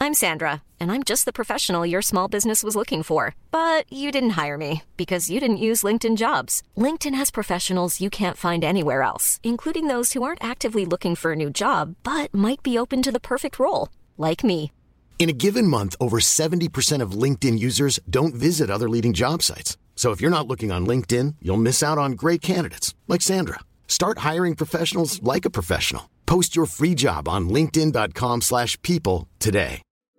I'm Sandra, and I'm just the professional your small business was looking for. But you didn't hire me because you didn't use LinkedIn Jobs. LinkedIn has professionals you can't find anywhere else, including those who aren't actively looking for a new job, but might be open to the perfect role, like me. In a given month, over 70% of LinkedIn users don't visit other leading job sites. So if you're not looking on LinkedIn, you'll miss out on great candidates like Sandra. Start hiring professionals like a professional. Post your free job on linkedin.com/people today.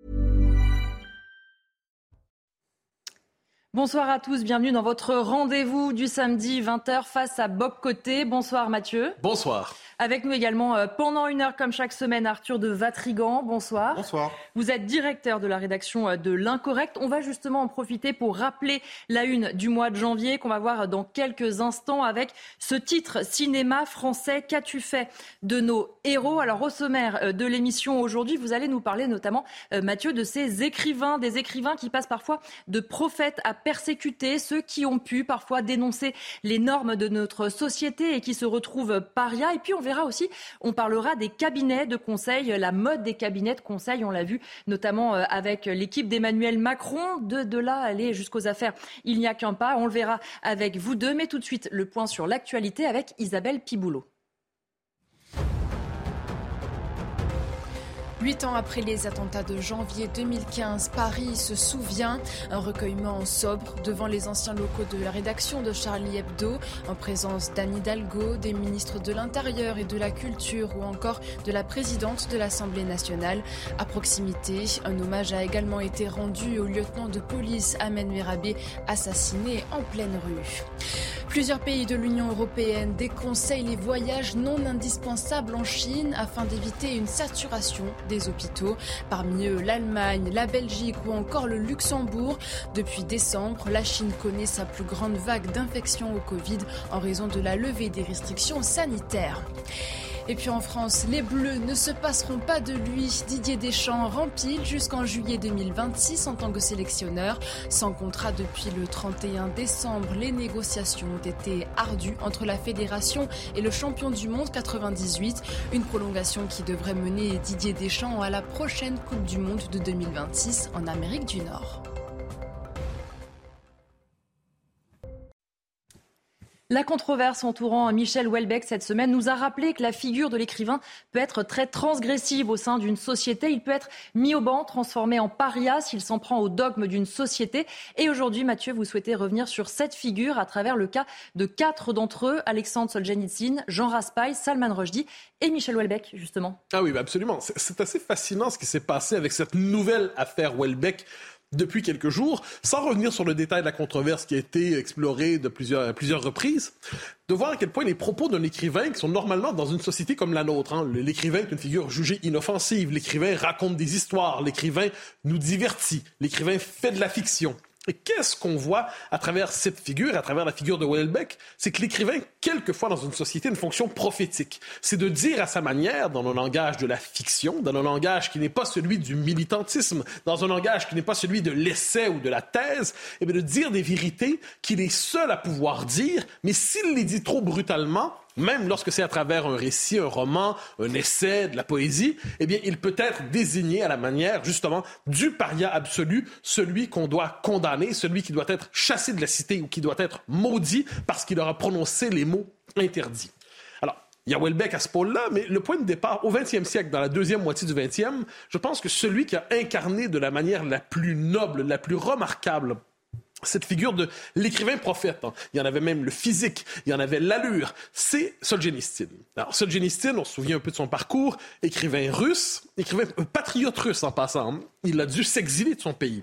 Bonsoir à tous, bienvenue dans votre rendez-vous du samedi 20h face à Bob Côté. Bonsoir Mathieu. Bonsoir. Avec nous également pendant une heure comme chaque semaine Arthur de Vatrigan. Bonsoir. Bonsoir. Vous êtes directeur de la rédaction de L'Incorrect. On va justement en profiter pour rappeler la une du mois de janvier qu'on va voir dans quelques instants avec ce titre cinéma français. Qu'as-tu fait de nos héros? Alors au sommaire de l'émission aujourd'hui, vous allez nous parler notamment Mathieu de ces écrivains, des écrivains qui passent parfois de prophètes à persécuter, ceux qui ont pu parfois dénoncer les normes de notre société et qui se retrouvent parias. Et puis on verra aussi, on parlera des cabinets de conseil, la mode des cabinets de conseil, on l'a vu notamment avec l'équipe d'Emmanuel Macron, de là aller jusqu'aux affaires. Il n'y a qu'un pas, on le verra avec vous deux, mais tout de suite le point sur l'actualité avec Isabelle Piboulot. 8 ans après les attentats de janvier 2015, Paris se souvient. Un recueillement sobre devant les anciens locaux de la rédaction de Charlie Hebdo, en présence d'Anne Hidalgo, des ministres de l'Intérieur et de la Culture ou encore de la présidente de l'Assemblée nationale. À proximité, un hommage a également été rendu au lieutenant de police Ahmed Merabé, assassiné en pleine rue. Plusieurs pays de l'Union européenne déconseillent les voyages non indispensables en Chine afin d'éviter une saturation des hôpitaux. Parmi eux, l'Allemagne, la Belgique ou encore le Luxembourg. Depuis décembre, la Chine connaît sa plus grande vague d'infections au Covid en raison de la levée des restrictions sanitaires. Et puis en France, les Bleus ne se passeront pas de lui. Didier Deschamps rempile jusqu'en juillet 2026 en tant que sélectionneur. Sans contrat depuis le 31 décembre, les négociations ont été ardues entre la fédération et le champion du monde 98. Une prolongation qui devrait mener Didier Deschamps à la prochaine Coupe du Monde de 2026 en Amérique du Nord. La controverse entourant Michel Houellebecq cette semaine nous a rappelé que la figure de l'écrivain peut être très transgressive au sein d'une société. Il peut être mis au banc, transformé en paria s'il s'en prend au dogme d'une société. Et aujourd'hui, Mathieu, vous souhaitez revenir sur cette figure à travers le cas de 4 d'entre eux, Alexandre Solzhenitsyn, Jean Raspail, Salman Rushdie et Michel Houellebecq, justement. Ah oui, absolument. C'est assez fascinant ce qui s'est passé avec cette nouvelle affaire Houellebecq depuis quelques jours, sans revenir sur le détail de la controverse qui a été explorée de plusieurs reprises, de voir à quel point les propos d'un écrivain, qui sont normalement dans une société comme la nôtre, l'écrivain est une figure jugée inoffensive, l'écrivain raconte des histoires, l'écrivain nous divertit, l'écrivain fait de la fiction. Et qu'est-ce qu'on voit à travers cette figure, à travers la figure de Houellebecq? C'est que l'écrivain, quelquefois dans une société, a une fonction prophétique. C'est de dire à sa manière, dans un langage de la fiction, dans un langage qui n'est pas celui du militantisme, dans un langage qui n'est pas celui de l'essai ou de la thèse, et bien de dire des vérités qu'il est seul à pouvoir dire, mais s'il les dit trop brutalement, même lorsque c'est à travers un récit, un roman, un essai, de la poésie, eh bien, il peut être désigné à la manière, justement, du paria absolu, celui qu'on doit condamner, celui qui doit être chassé de la cité ou qui doit être maudit parce qu'il aura prononcé les mots interdits. Alors, il y a Houellebecq à ce pôle-là, mais le point de départ, au 20e siècle, dans la deuxième moitié du 20e, je pense que celui qui a incarné de la manière la plus noble, la plus remarquable, cette figure de l'écrivain prophète, il y en avait même le physique, il y en avait l'allure, c'est Solzhenitsyn. Alors Solzhenitsyn, on se souvient un peu de son parcours, écrivain russe, patriote russe en passant, il a dû s'exiler de son pays.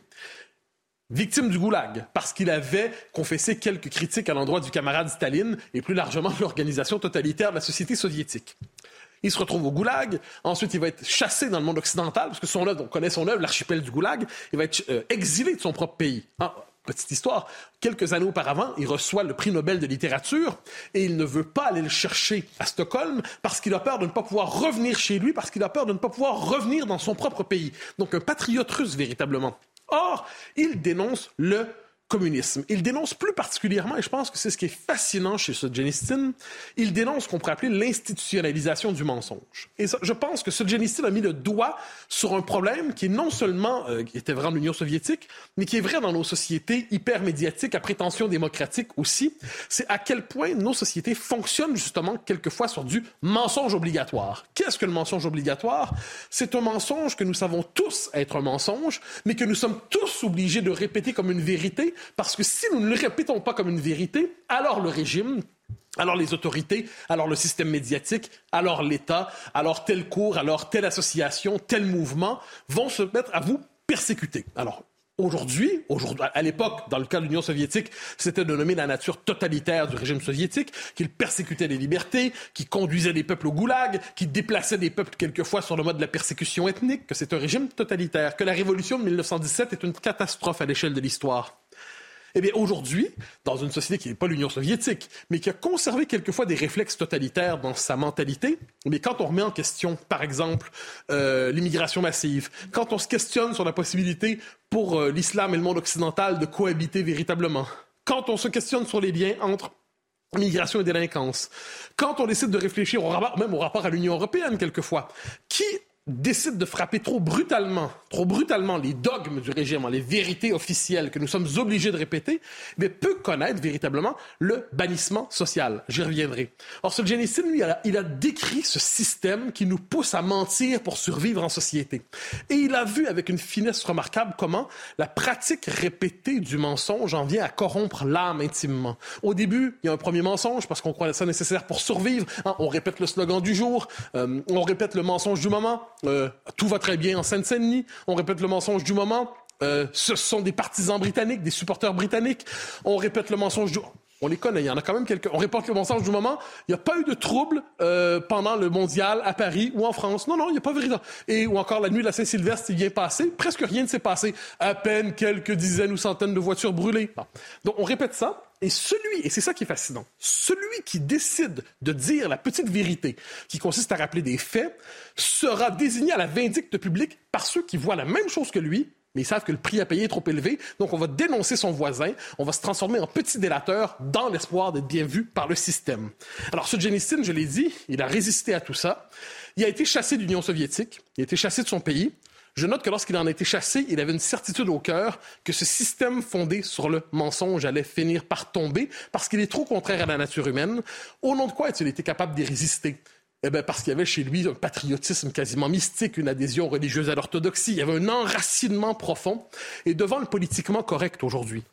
Victime du goulag, parce qu'il avait confessé quelques critiques à l'endroit du camarade Staline et plus largement de l'organisation totalitaire de la société soviétique. Il se retrouve au goulag, ensuite il va être chassé dans le monde occidental, parce que son œuvre, on connaît son œuvre, l'archipel du goulag, il va être exilé de son propre pays. Petite histoire, quelques années auparavant, il reçoit le prix Nobel de littérature et il ne veut pas aller le chercher à Stockholm parce qu'il a peur de ne pas pouvoir revenir chez lui, parce qu'il a peur de ne pas pouvoir revenir dans son propre pays. Donc un patriote russe véritablement. Or, il dénonce le communisme. Il dénonce plus particulièrement, et je pense que c'est ce qui est fascinant chez Solzhenitsyn, il dénonce ce qu'on pourrait appeler l'institutionnalisation du mensonge. Et ça, je pense que Solzhenitsyn a mis le doigt sur un problème qui est non seulement, qui était vrai en Union soviétique, mais qui est vrai dans nos sociétés hyper-médiatiques à prétention démocratique aussi. C'est à quel point nos sociétés fonctionnent justement quelquefois sur du mensonge obligatoire. Qu'est-ce que le mensonge obligatoire? C'est un mensonge que nous savons tous être un mensonge, mais que nous sommes tous obligés de répéter comme une vérité, parce que si nous ne le répétons pas comme une vérité, alors le régime, alors les autorités, alors le système médiatique, alors l'État, alors tel cours, alors telle association, tel mouvement vont se mettre à vous persécuter. Alors, Aujourd'hui, à l'époque, dans le cas de l'Union soviétique, c'était de nommer la nature totalitaire du régime soviétique, qu'il persécutait les libertés, qu'il conduisait des peuples au goulag, qu'il déplaçait des peuples quelquefois sur le mode de la persécution ethnique, que c'est un régime totalitaire, que la révolution de 1917 est une catastrophe à l'échelle de l'histoire. Eh bien, aujourd'hui, dans une société qui n'est pas l'Union soviétique, mais qui a conservé quelquefois des réflexes totalitaires dans sa mentalité, mais quand on remet en question, par exemple, l'immigration massive, quand on se questionne sur la possibilité pour l'islam et le monde occidental de cohabiter véritablement, quand on se questionne sur les liens entre immigration et délinquance, quand on décide de réfléchir même au rapport à l'Union européenne, quelquefois, qui décide de frapper trop brutalement les dogmes du régime, les vérités officielles que nous sommes obligés de répéter, mais peut connaître véritablement le bannissement social. J'y reviendrai. Or, Solzhenitsyn, lui, il a décrit ce système qui nous pousse à mentir pour survivre en société. Et il a vu avec une finesse remarquable comment la pratique répétée du mensonge en vient à corrompre l'âme intimement. Au début, il y a un premier mensonge parce qu'on croit ça nécessaire pour survivre. On répète le slogan du jour, on répète le mensonge du moment. Tout va très bien en Seine-Saint-Denis. On répète le mensonge du moment. Ce sont des partisans britanniques, des supporters britanniques. On répète le mensonge du... On les connaît, il y en a quand même quelques... On répète le mensonge du moment. Il n'y a pas eu de trouble pendant le mondial à Paris ou en France. Non, il n'y a pas véritablement. Ou encore la nuit de la Saint-Sylvestre, il vient passer. Presque rien ne s'est passé. À peine quelques dizaines ou centaines de voitures brûlées. Bon. Donc, on répète ça. Et c'est ça qui est fascinant, celui qui décide de dire la petite vérité, qui consiste à rappeler des faits, sera désigné à la vindicte publique par ceux qui voient la même chose que lui, mais ils savent que le prix à payer est trop élevé, donc on va dénoncer son voisin, on va se transformer en petit délateur dans l'espoir d'être bien vu par le système. Alors, Solzhenitsyn, je l'ai dit, il a résisté à tout ça. Il a été chassé de l'Union soviétique, il a été chassé de son pays. Je note que lorsqu'il en a été chassé, il avait une certitude au cœur que ce système fondé sur le mensonge allait finir par tomber parce qu'il est trop contraire à la nature humaine. Au nom de quoi a-t-il été capable d'y résister? Eh bien, parce qu'il y avait chez lui un patriotisme quasiment mystique, une adhésion religieuse à l'orthodoxie. Il y avait un enracinement profond. Et devant le politiquement correct aujourd'hui,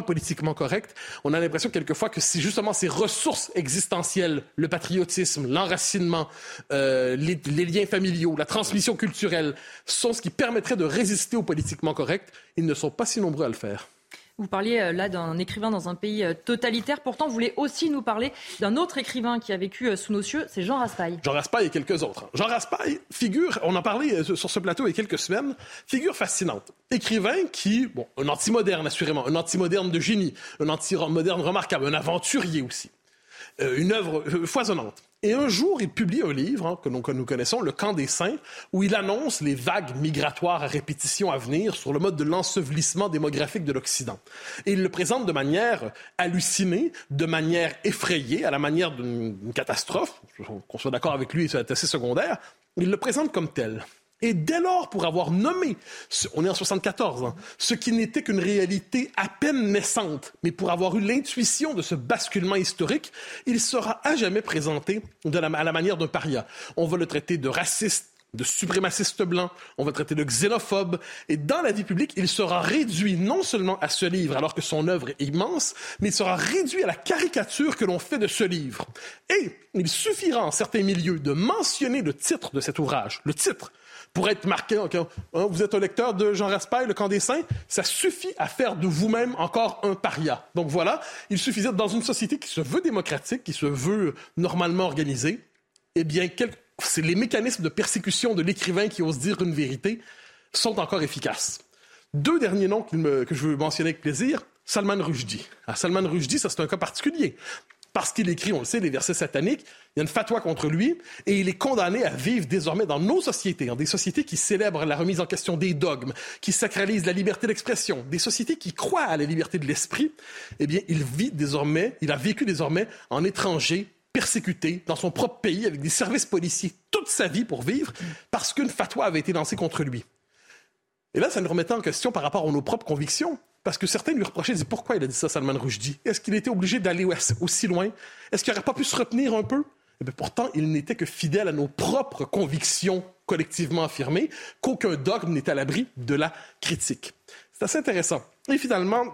on a l'impression quelquefois que c'est justement ces ressources existentielles, le patriotisme, l'enracinement, les liens familiaux, la transmission culturelle, sont ce qui permettrait de résister au politiquement correct. Ils ne sont pas si nombreux à le faire. Vous parliez là d'un écrivain dans un pays totalitaire. Pourtant, vous voulez aussi nous parler d'un autre écrivain qui a vécu sous nos cieux, c'est Jean Raspail. Jean Raspail et quelques autres. Jean Raspail, figure, on en parlait sur ce plateau il y a quelques semaines, figure fascinante. Écrivain qui, un anti-moderne assurément, un anti-moderne de génie, un anti-moderne remarquable, un aventurier aussi. Une œuvre foisonnante. Et un jour, il publie un livre que nous connaissons, Le Camp des Saints, où il annonce les vagues migratoires à répétition à venir sur le mode de l'ensevelissement démographique de l'Occident. Et il le présente de manière hallucinée, de manière effrayée, à la manière d'une catastrophe, qu'on soit d'accord avec lui, c'est assez secondaire. Il le présente comme tel. Et dès lors, pour avoir nommé, on est en 74, ce qui n'était qu'une réalité à peine naissante, mais pour avoir eu l'intuition de ce basculement historique, il sera à jamais présenté à la manière d'un paria. On va le traiter de raciste, de suprémaciste blanc, on va le traiter de xénophobe, et dans la vie publique, il sera réduit non seulement à ce livre, alors que son œuvre est immense, mais il sera réduit à la caricature que l'on fait de ce livre. Et il suffira en certains milieux de mentionner le titre de cet ouvrage, le titre, pour être marqué, vous êtes un lecteur de Jean Raspail, Le Camp des Saints, ça suffit à faire de vous-même encore un paria. Donc voilà, il suffisait dans une société qui se veut démocratique, qui se veut normalement organisée, eh bien, c'est les mécanismes de persécution de l'écrivain qui ose dire une vérité sont encore efficaces. Deux derniers noms que je veux mentionner avec plaisir, Salman Rushdie. Salman Rushdie, ça c'est un cas particulier. parce qu'il écrit, on le sait, les versets sataniques. Il y a une fatwa contre lui et il est condamné à vivre désormais dans nos sociétés, des sociétés qui célèbrent la remise en question des dogmes, qui sacralisent la liberté d'expression, des sociétés qui croient à la liberté de l'esprit. Eh bien, il a vécu désormais en étranger, persécuté dans son propre pays avec des services policiers toute sa vie pour vivre parce qu'une fatwa avait été lancée contre lui. Et là, ça nous remettait en question par rapport à nos propres convictions. Parce que certains lui reprochaient, disaient pourquoi il a dit ça, Salman Rushdie? Est-ce qu'il était obligé d'aller aussi loin? Est-ce qu'il n'aurait pas pu se retenir un peu? Eh bien, pourtant, il n'était que fidèle à nos propres convictions collectivement affirmées, qu'aucun dogme n'est à l'abri de la critique. C'est assez intéressant. Et finalement,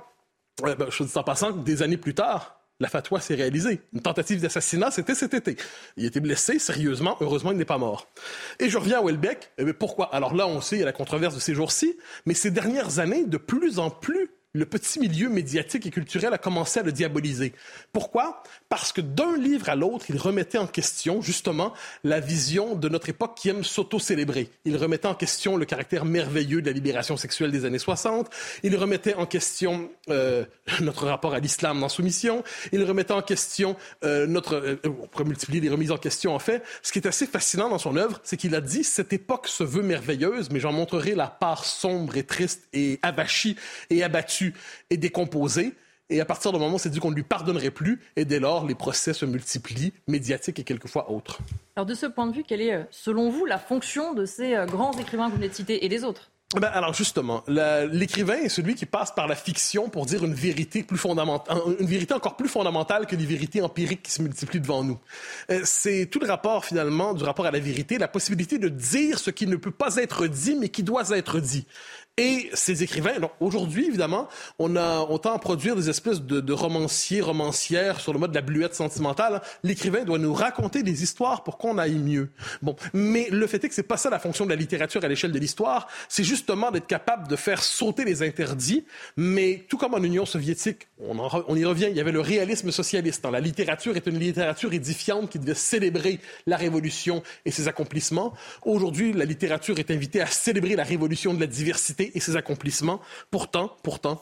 je dis en passant, des années plus tard, la fatwa s'est réalisée. Une tentative d'assassinat, c'était cet été. Il a été blessé, sérieusement. Heureusement, il n'est pas mort. Et je reviens à Houellebecq. Pourquoi? Alors là, on sait, il y a la controverse de ces jours-ci, mais ces dernières années, de plus en plus, le petit milieu médiatique et culturel a commencé à le diaboliser. Pourquoi? Parce que d'un livre à l'autre, il remettait en question, justement, la vision de notre époque qui aime s'auto-célébrer. Il remettait en question le caractère merveilleux de la libération sexuelle des années 60. Il remettait en question notre rapport à l'islam dans Soumission. Il remettait en question on pourrait multiplier les remises en question, en fait. Ce qui est assez fascinant dans son œuvre, c'est qu'il a dit « Cette époque se veut merveilleuse, mais j'en montrerai la part sombre et triste et avachie et abattue et décomposé. » Et à partir du moment où on s'est dit qu'on ne lui pardonnerait plus, et dès lors, les procès se multiplient, médiatiques et quelquefois autres. Alors de ce point de vue, quelle est, selon vous, la fonction de ces grands écrivains que vous venez de citer et des autres? Alors justement, l'écrivain est celui qui passe par la fiction pour dire une vérité une vérité encore plus fondamentale que les vérités empiriques qui se multiplient devant nous. C'est tout le rapport finalement du rapport à la vérité, la possibilité de dire ce qui ne peut pas être dit mais qui doit être dit. Et ces écrivains, donc aujourd'hui, évidemment, on tend à produire des espèces de romanciers, romancières sur le mode de la bluette sentimentale. L'écrivain doit nous raconter des histoires pour qu'on aille mieux. Bon, mais le fait est que c'est pas ça la fonction de la littérature à l'échelle de l'histoire. C'est justement d'être capable de faire sauter les interdits. Mais tout comme en Union soviétique, on y revient, il y avait le réalisme socialiste. La littérature est une littérature édifiante qui devait célébrer la révolution et ses accomplissements. Aujourd'hui, la littérature est invitée à célébrer la révolution de la diversité et ses accomplissements. Pourtant,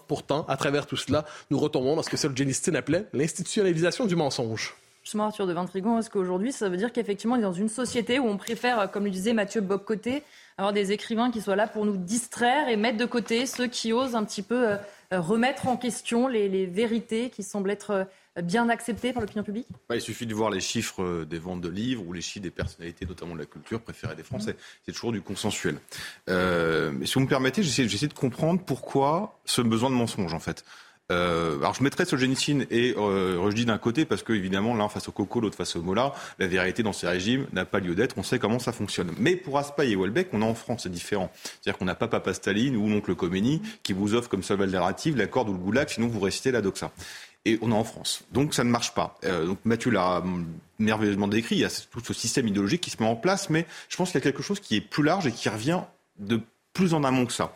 à travers tout cela, nous retombons dans ce que Solzhenitsyn appelait l'institutionnalisation du mensonge. Justement, Arthur de Vaintrigon, est-ce qu'aujourd'hui, ça veut dire qu'effectivement, on est dans une société où on préfère, comme le disait Mathieu Bock-Côté, avoir des écrivains qui soient là pour nous distraire et mettre de côté ceux qui osent un petit peu remettre en question les vérités qui semblent être bien acceptées par l'opinion publique? Il suffit de voir les chiffres des ventes de livres ou les chiffres des personnalités, notamment de la culture, préférées des Français. C'est toujours du consensuel. Mais si vous me permettez, j'essaie de comprendre pourquoi ce besoin de mensonge, en fait. Alors je mettrais Solzhenitsyn et Rushdie d'un côté parce que évidemment l'un face au coco, l'autre face au mola, la vérité dans ces régimes n'a pas lieu d'être, on sait comment ça fonctionne. Mais pour Raspail et Houellebecq, on est en France, c'est différent. C'est-à-dire qu'on n'a pas Papa Staline ou Oncle Khomeini qui vous offre comme seule alternative la corde ou le goulag, sinon vous récitez la doxa. Et on est en France. Donc ça ne marche pas. Donc Mathieu l'a merveilleusement décrit, il y a tout ce système idéologique qui se met en place, mais je pense qu'il y a quelque chose qui est plus large et qui revient de plus en amont que ça.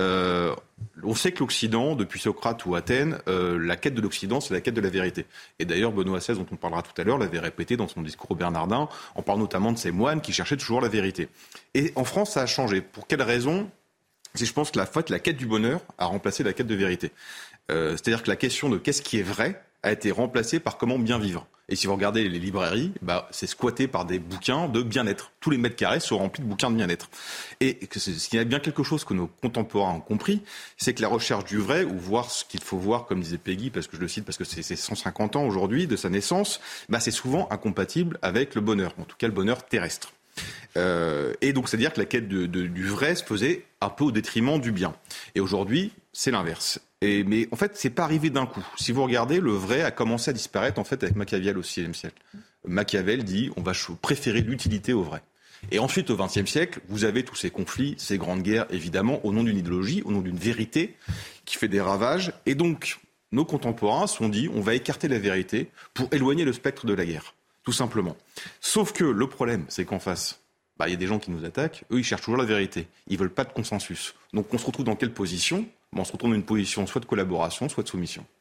On sait que l'Occident, depuis Socrate ou Athènes, la quête de l'Occident, c'est la quête de la vérité. Et d'ailleurs, Benoît XVI, dont on parlera tout à l'heure, l'avait répété dans son discours au Bernardin. On parle notamment de ces moines qui cherchaient toujours la vérité. Et en France, ça a changé. Pour quelle raison? C'est, je pense, que la quête du bonheur a remplacé la quête de vérité. C'est-à-dire que la question de qu'est-ce qui est vrai a été remplacée par comment bien vivre. Et si vous regardez les librairies, c'est squatté par des bouquins de bien-être. Tous les mètres carrés sont remplis de bouquins de bien-être. Et s'il y a bien quelque chose que nos contemporains ont compris, c'est que la recherche du vrai, ou voir ce qu'il faut voir, comme disait Peggy, parce que je le cite parce que c'est 150 ans aujourd'hui de sa naissance, c'est souvent incompatible avec le bonheur, en tout cas le bonheur terrestre. Et donc c'est-à-dire que la quête du vrai se faisait un peu au détriment du bien. Et aujourd'hui, c'est l'inverse. Mais en fait, c'est pas arrivé d'un coup. Si vous regardez, le vrai a commencé à disparaître en fait avec Machiavel au XVIe siècle. Machiavel dit on va préférer l'utilité au vrai. Et ensuite, au XXe siècle, vous avez tous ces conflits, ces grandes guerres, évidemment, au nom d'une idéologie, au nom d'une vérité qui fait des ravages. Et donc, nos contemporains se sont dit on va écarter la vérité pour éloigner le spectre de la guerre, tout simplement. Sauf que le problème, c'est qu'en face, il y a des gens qui nous attaquent, eux, ils cherchent toujours la vérité. Ils veulent pas de consensus. Donc, on se retrouve dans quelle position ? On se retrouve dans une position soit de collaboration, soit de soumission.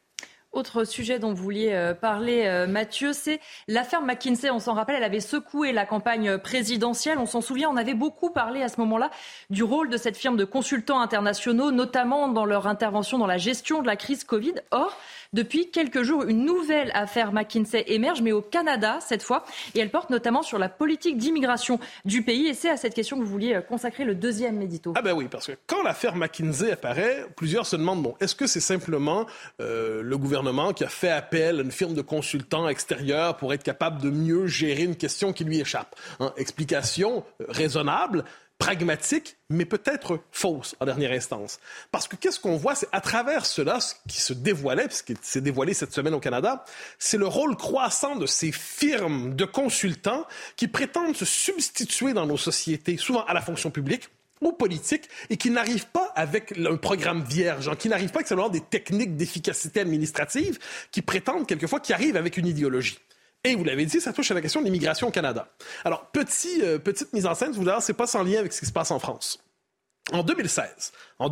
Autre sujet dont vous vouliez parler, Mathieu, c'est l'affaire McKinsey. On s'en rappelle, elle avait secoué la campagne présidentielle. On s'en souvient, on avait beaucoup parlé à ce moment-là du rôle de cette firme de consultants internationaux, notamment dans leur intervention dans la gestion de la crise Covid. Or, depuis quelques jours, une nouvelle affaire McKinsey émerge, mais au Canada cette fois. Et elle porte notamment sur la politique d'immigration du pays. Et c'est à cette question que vous vouliez consacrer le deuxième édito. Ah ben oui, parce que quand l'affaire McKinsey apparaît, plusieurs se demandent, bon, est-ce que c'est simplement le gouvernement qui a fait appel à une firme de consultants extérieurs pour être capable de mieux gérer une question qui lui échappe? Explication raisonnable, pragmatique, mais peut-être fausse en dernière instance. Parce que qu'est-ce qu'on voit, c'est à travers cela, ce qui se dévoilait, puisqu'il s'est dévoilé cette semaine au Canada, c'est le rôle croissant de ces firmes de consultants qui prétendent se substituer dans nos sociétés, souvent à la fonction publique, aux politiques, et qui n'arrivent pas avec un programme vierge, qui n'arrivent pas avec simplement des techniques d'efficacité administrative, qui prétendent quelquefois qu'ils arrivent avec une idéologie. Et vous l'avez dit, ça touche à la question de l'immigration au Canada. Alors, petite mise en scène, vous verrez, c'est pas sans lien avec ce qui se passe en France. En 2016,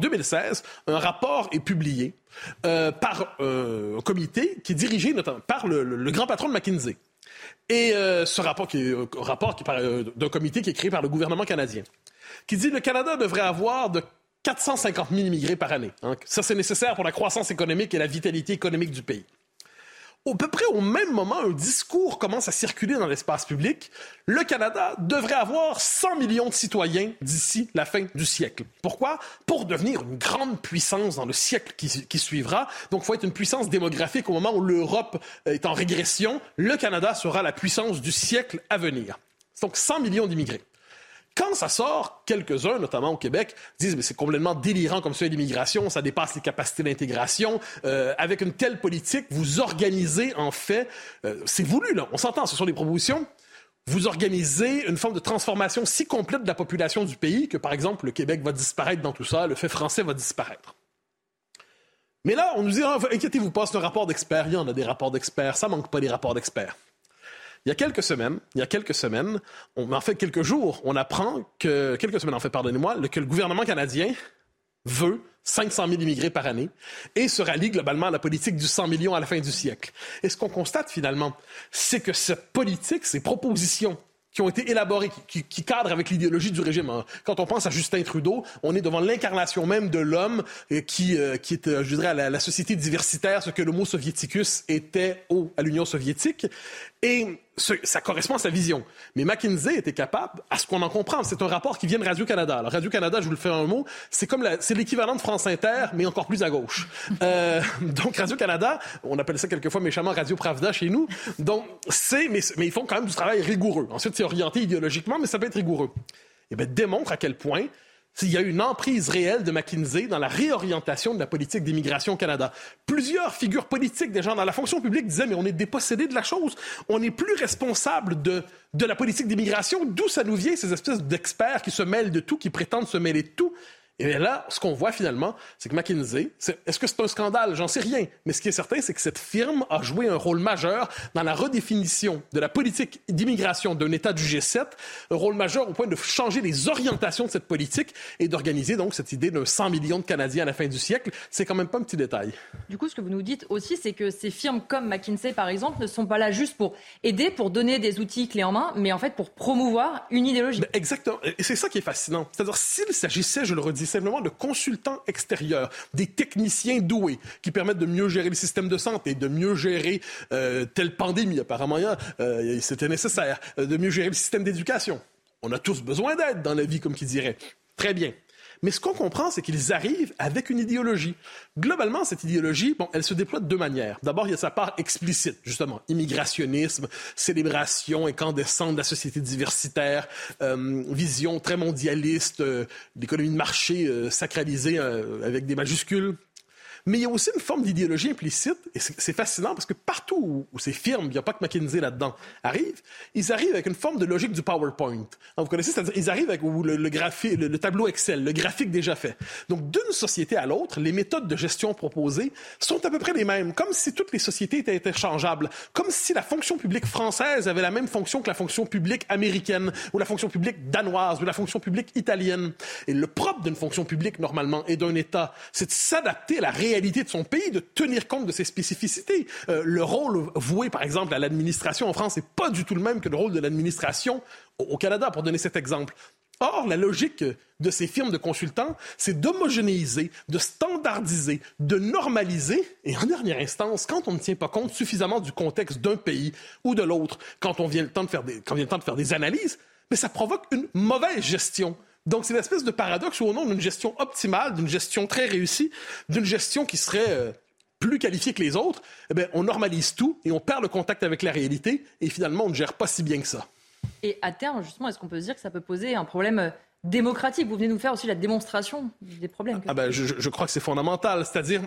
un rapport est publié par un comité qui est dirigé notamment par le grand patron de McKinsey. Et ce rapport qui est d'un comité qui est créé par le gouvernement canadien, qui dit que le Canada devrait avoir de 450 000 immigrés par année. Ça, c'est nécessaire pour la croissance économique et la vitalité économique du pays. À peu près au même moment, un discours commence à circuler dans l'espace public. Le Canada devrait avoir 100 millions de citoyens d'ici la fin du siècle. Pourquoi? Pour devenir une grande puissance dans le siècle qui suivra. Donc, il faut être une puissance démographique au moment où l'Europe est en régression. Le Canada sera la puissance du siècle à venir. Donc, 100 millions d'immigrés. Quand ça sort, quelques-uns, notamment au Québec, disent « mais c'est complètement délirant comme ça, l'immigration, ça dépasse les capacités d'intégration. Avec une telle politique, vous organisez en fait, c'est voulu là, on s'entend, ce sont des propositions, vous organisez une forme de transformation si complète de la population du pays que, par exemple, le Québec va disparaître dans tout ça, le fait français va disparaître. » Mais là, on nous dit « inquiétez-vous pas, c'est un rapport d'experts. » Il y en a des rapports d'experts, ça manque pas des rapports d'experts. Il y a quelques semaines, quelques jours, on apprend que le gouvernement canadien veut 500 000 immigrés par année et se rallie globalement à la politique du 100 millions à la fin du siècle. Et ce qu'on constate finalement, c'est que cette politique, ces propositions qui ont été élaborées, qui cadrent avec l'idéologie du régime. Quand on pense à Justin Trudeau, on est devant l'incarnation même de l'homme qui est, je dirais, à la société diversitaire, ce que l'homo soviéticus était à l'Union soviétique. Et ça correspond à sa vision. Mais McKinsey était capable, à ce qu'on en comprend, c'est un rapport qui vient de Radio-Canada. Alors, Radio-Canada, je vous le fais en un mot, c'est l'équivalent de France Inter, mais encore plus à gauche. Donc, Radio-Canada, on appelle ça quelquefois méchamment Radio Pravda chez nous. Donc, mais ils font quand même du travail rigoureux. Ensuite, c'est orienté idéologiquement, mais ça peut être rigoureux. Et bien, démontre à quel point il y a une emprise réelle de McKinsey dans la réorientation de la politique d'immigration au Canada. Plusieurs figures politiques, des gens dans la fonction publique, disaient « mais on est dépossédés de la chose. On n'est plus responsable de la politique d'immigration. D'où ça nous vient, ces espèces d'experts qui se mêlent de tout, qui prétendent se mêler de tout. » Et bien là, ce qu'on voit finalement, c'est que McKinsey, est-ce que c'est un scandale? J'en sais rien. Mais ce qui est certain, c'est que cette firme a joué un rôle majeur dans la redéfinition de la politique d'immigration d'un État du G7, un rôle majeur au point de changer les orientations de cette politique et d'organiser donc cette idée d'un 100 millions de Canadiens à la fin du siècle. C'est quand même pas un petit détail. Du coup, ce que vous nous dites aussi, c'est que ces firmes comme McKinsey, par exemple, ne sont pas là juste pour aider, pour donner des outils clés en main, mais en fait pour promouvoir une idéologie. Ben exactement. Et c'est ça qui est fascinant. C'est-à-dire, s'il s'agissait, je le redis, simplement de consultants extérieurs, des techniciens doués qui permettent de mieux gérer le système de santé, de mieux gérer telle pandémie, apparemment, c'était nécessaire, de mieux gérer le système d'éducation. On a tous besoin d'aide dans la vie, comme qui dirait. Très bien. Mais ce qu'on comprend, c'est qu'ils arrivent avec une idéologie. Globalement, cette idéologie, elle se déploie de deux manières. D'abord, il y a sa part explicite, justement, immigrationnisme, célébration incandescente de la société diversitaire, vision très mondialiste, d'économie de marché sacralisée avec des majuscules. Mais il y a aussi une forme d'idéologie implicite, et c'est fascinant parce que partout où ces firmes, il n'y a pas que McKinsey là-dedans, ils arrivent avec une forme de logique du PowerPoint. Alors, vous connaissez, c'est-à-dire ils arrivent avec le tableau Excel, le graphique déjà fait. Donc, d'une société à l'autre, les méthodes de gestion proposées sont à peu près les mêmes, comme si toutes les sociétés étaient interchangeables, comme si la fonction publique française avait la même fonction que la fonction publique américaine, ou la fonction publique danoise, ou la fonction publique italienne. Et le propre d'une fonction publique, normalement, et d'un État, c'est de s'adapter à la réalité réalité de son pays, de tenir compte de ses spécificités. Le rôle voué, par exemple, à l'administration en France n'est pas du tout le même que le rôle de l'administration au Canada, pour donner cet exemple. Or, la logique de ces firmes de consultants, c'est d'homogénéiser, de standardiser, de normaliser, et en dernière instance, quand on ne tient pas compte suffisamment du contexte d'un pays ou de l'autre, quand vient le temps de faire des analyses, mais ça provoque une mauvaise gestion. Donc, c'est une espèce de paradoxe où, au nom d'une gestion optimale, d'une gestion très réussie, d'une gestion qui serait plus qualifiée que les autres, on normalise tout et on perd le contact avec la réalité, et finalement, on ne gère pas si bien que ça. Et à terme, justement, est-ce qu'on peut se dire que ça peut poser un problème démocratique ? Vous venez nous faire aussi la démonstration des problèmes. Je crois que c'est fondamental. C'est-à-dire,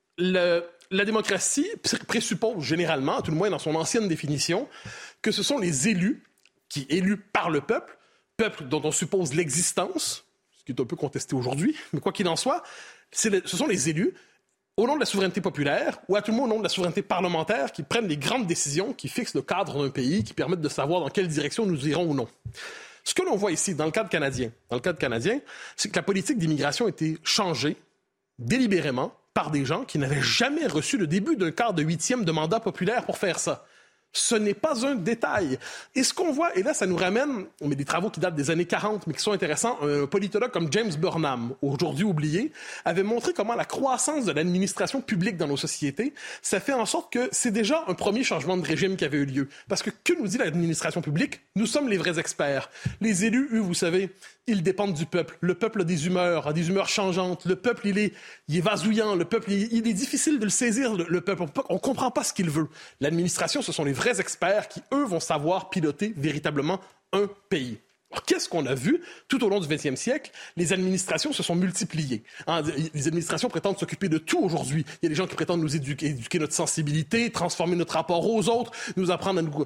la démocratie présuppose généralement, à tout le moins dans son ancienne définition, que ce sont les élus qui, élus par le peuple dont on suppose l'existence, ce qui est un peu contesté aujourd'hui, mais quoi qu'il en soit, ce sont les élus, au nom de la souveraineté populaire, ou à tout le moins au nom de la souveraineté parlementaire, qui prennent les grandes décisions, qui fixent le cadre d'un pays, qui permettent de savoir dans quelle direction nous irons ou non. Ce que l'on voit ici, dans le cadre canadien, c'est que la politique d'immigration a été changée délibérément par des gens qui n'avaient jamais reçu le début d'un quart de huitième de mandat populaire pour faire ça. Ce n'est pas un détail. Et ce qu'on voit, et là, ça nous ramène, on met des travaux qui datent des années 40, mais qui sont intéressants. Un politologue comme James Burnham, aujourd'hui oublié, avait montré comment la croissance de l'administration publique dans nos sociétés, ça fait en sorte que c'est déjà un premier changement de régime qui avait eu lieu. Parce que nous dit l'administration publique? Nous sommes les vrais experts. Les élus, eux, vous savez, ils dépendent du peuple. Le peuple a des humeurs changeantes. Le peuple, il est vasouillant. Le peuple, il est difficile de le saisir, le peuple. On ne comprend pas ce qu'il veut. L'administration, ce sont les vrais experts qui, eux, vont savoir piloter véritablement un pays. Alors, qu'est-ce qu'on a vu tout au long du XXe siècle? Les administrations se sont multipliées. Les administrations prétendent s'occuper de tout aujourd'hui. Il y a des gens qui prétendent nous éduquer notre sensibilité, transformer notre rapport aux autres, nous apprendre à nous...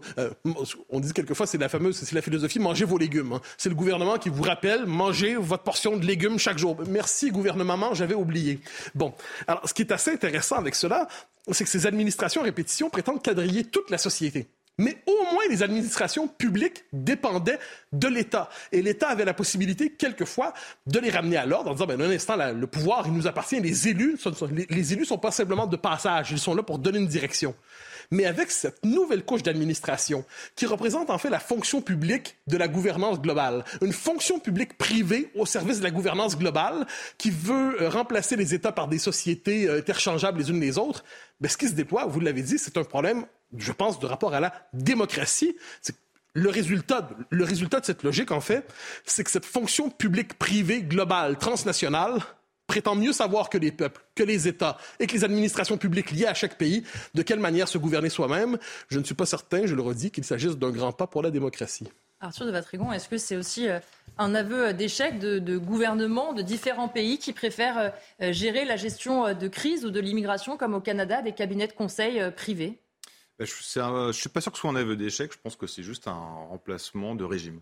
on dit quelquefois, c'est la philosophie « mangez vos légumes ». C'est le gouvernement qui vous rappelle « mangez votre portion de légumes chaque jour ». Merci, gouvernement, j'avais oublié. Bon, alors, ce qui est assez intéressant avec cela, c'est que ces administrations à répétition prétendent quadriller toute la société. Mais au moins, les administrations publiques dépendaient de l'État. Et l'État avait la possibilité, quelquefois, de les ramener à l'ordre en disant, un instant, le pouvoir, il nous appartient. Les élus ne sont pas simplement de passage. Ils sont là pour donner une direction. Mais avec cette nouvelle couche d'administration, qui représente en fait la fonction publique de la gouvernance globale, une fonction publique privée au service de la gouvernance globale, qui veut remplacer les États par des sociétés interchangeables les unes les autres, ce qui se déploie, vous l'avez dit, c'est un problème, je pense, de rapport à la démocratie. C'est le résultat de cette logique, en fait, c'est que cette fonction publique privée globale, transnationale, prétend mieux savoir que les peuples, que les États et que les administrations publiques liées à chaque pays, de quelle manière se gouverner soi-même. Je ne suis pas certain, je le redis, qu'il s'agisse d'un grand pas pour la démocratie. Arthur de Vatrigan, est-ce que c'est aussi un aveu d'échec de gouvernements de différents pays qui préfèrent gérer la gestion de crise ou de l'immigration, comme au Canada, des cabinets de conseil privés? Je ne suis pas sûr que ce soit un aveu d'échec, je pense que c'est juste un remplacement de régime.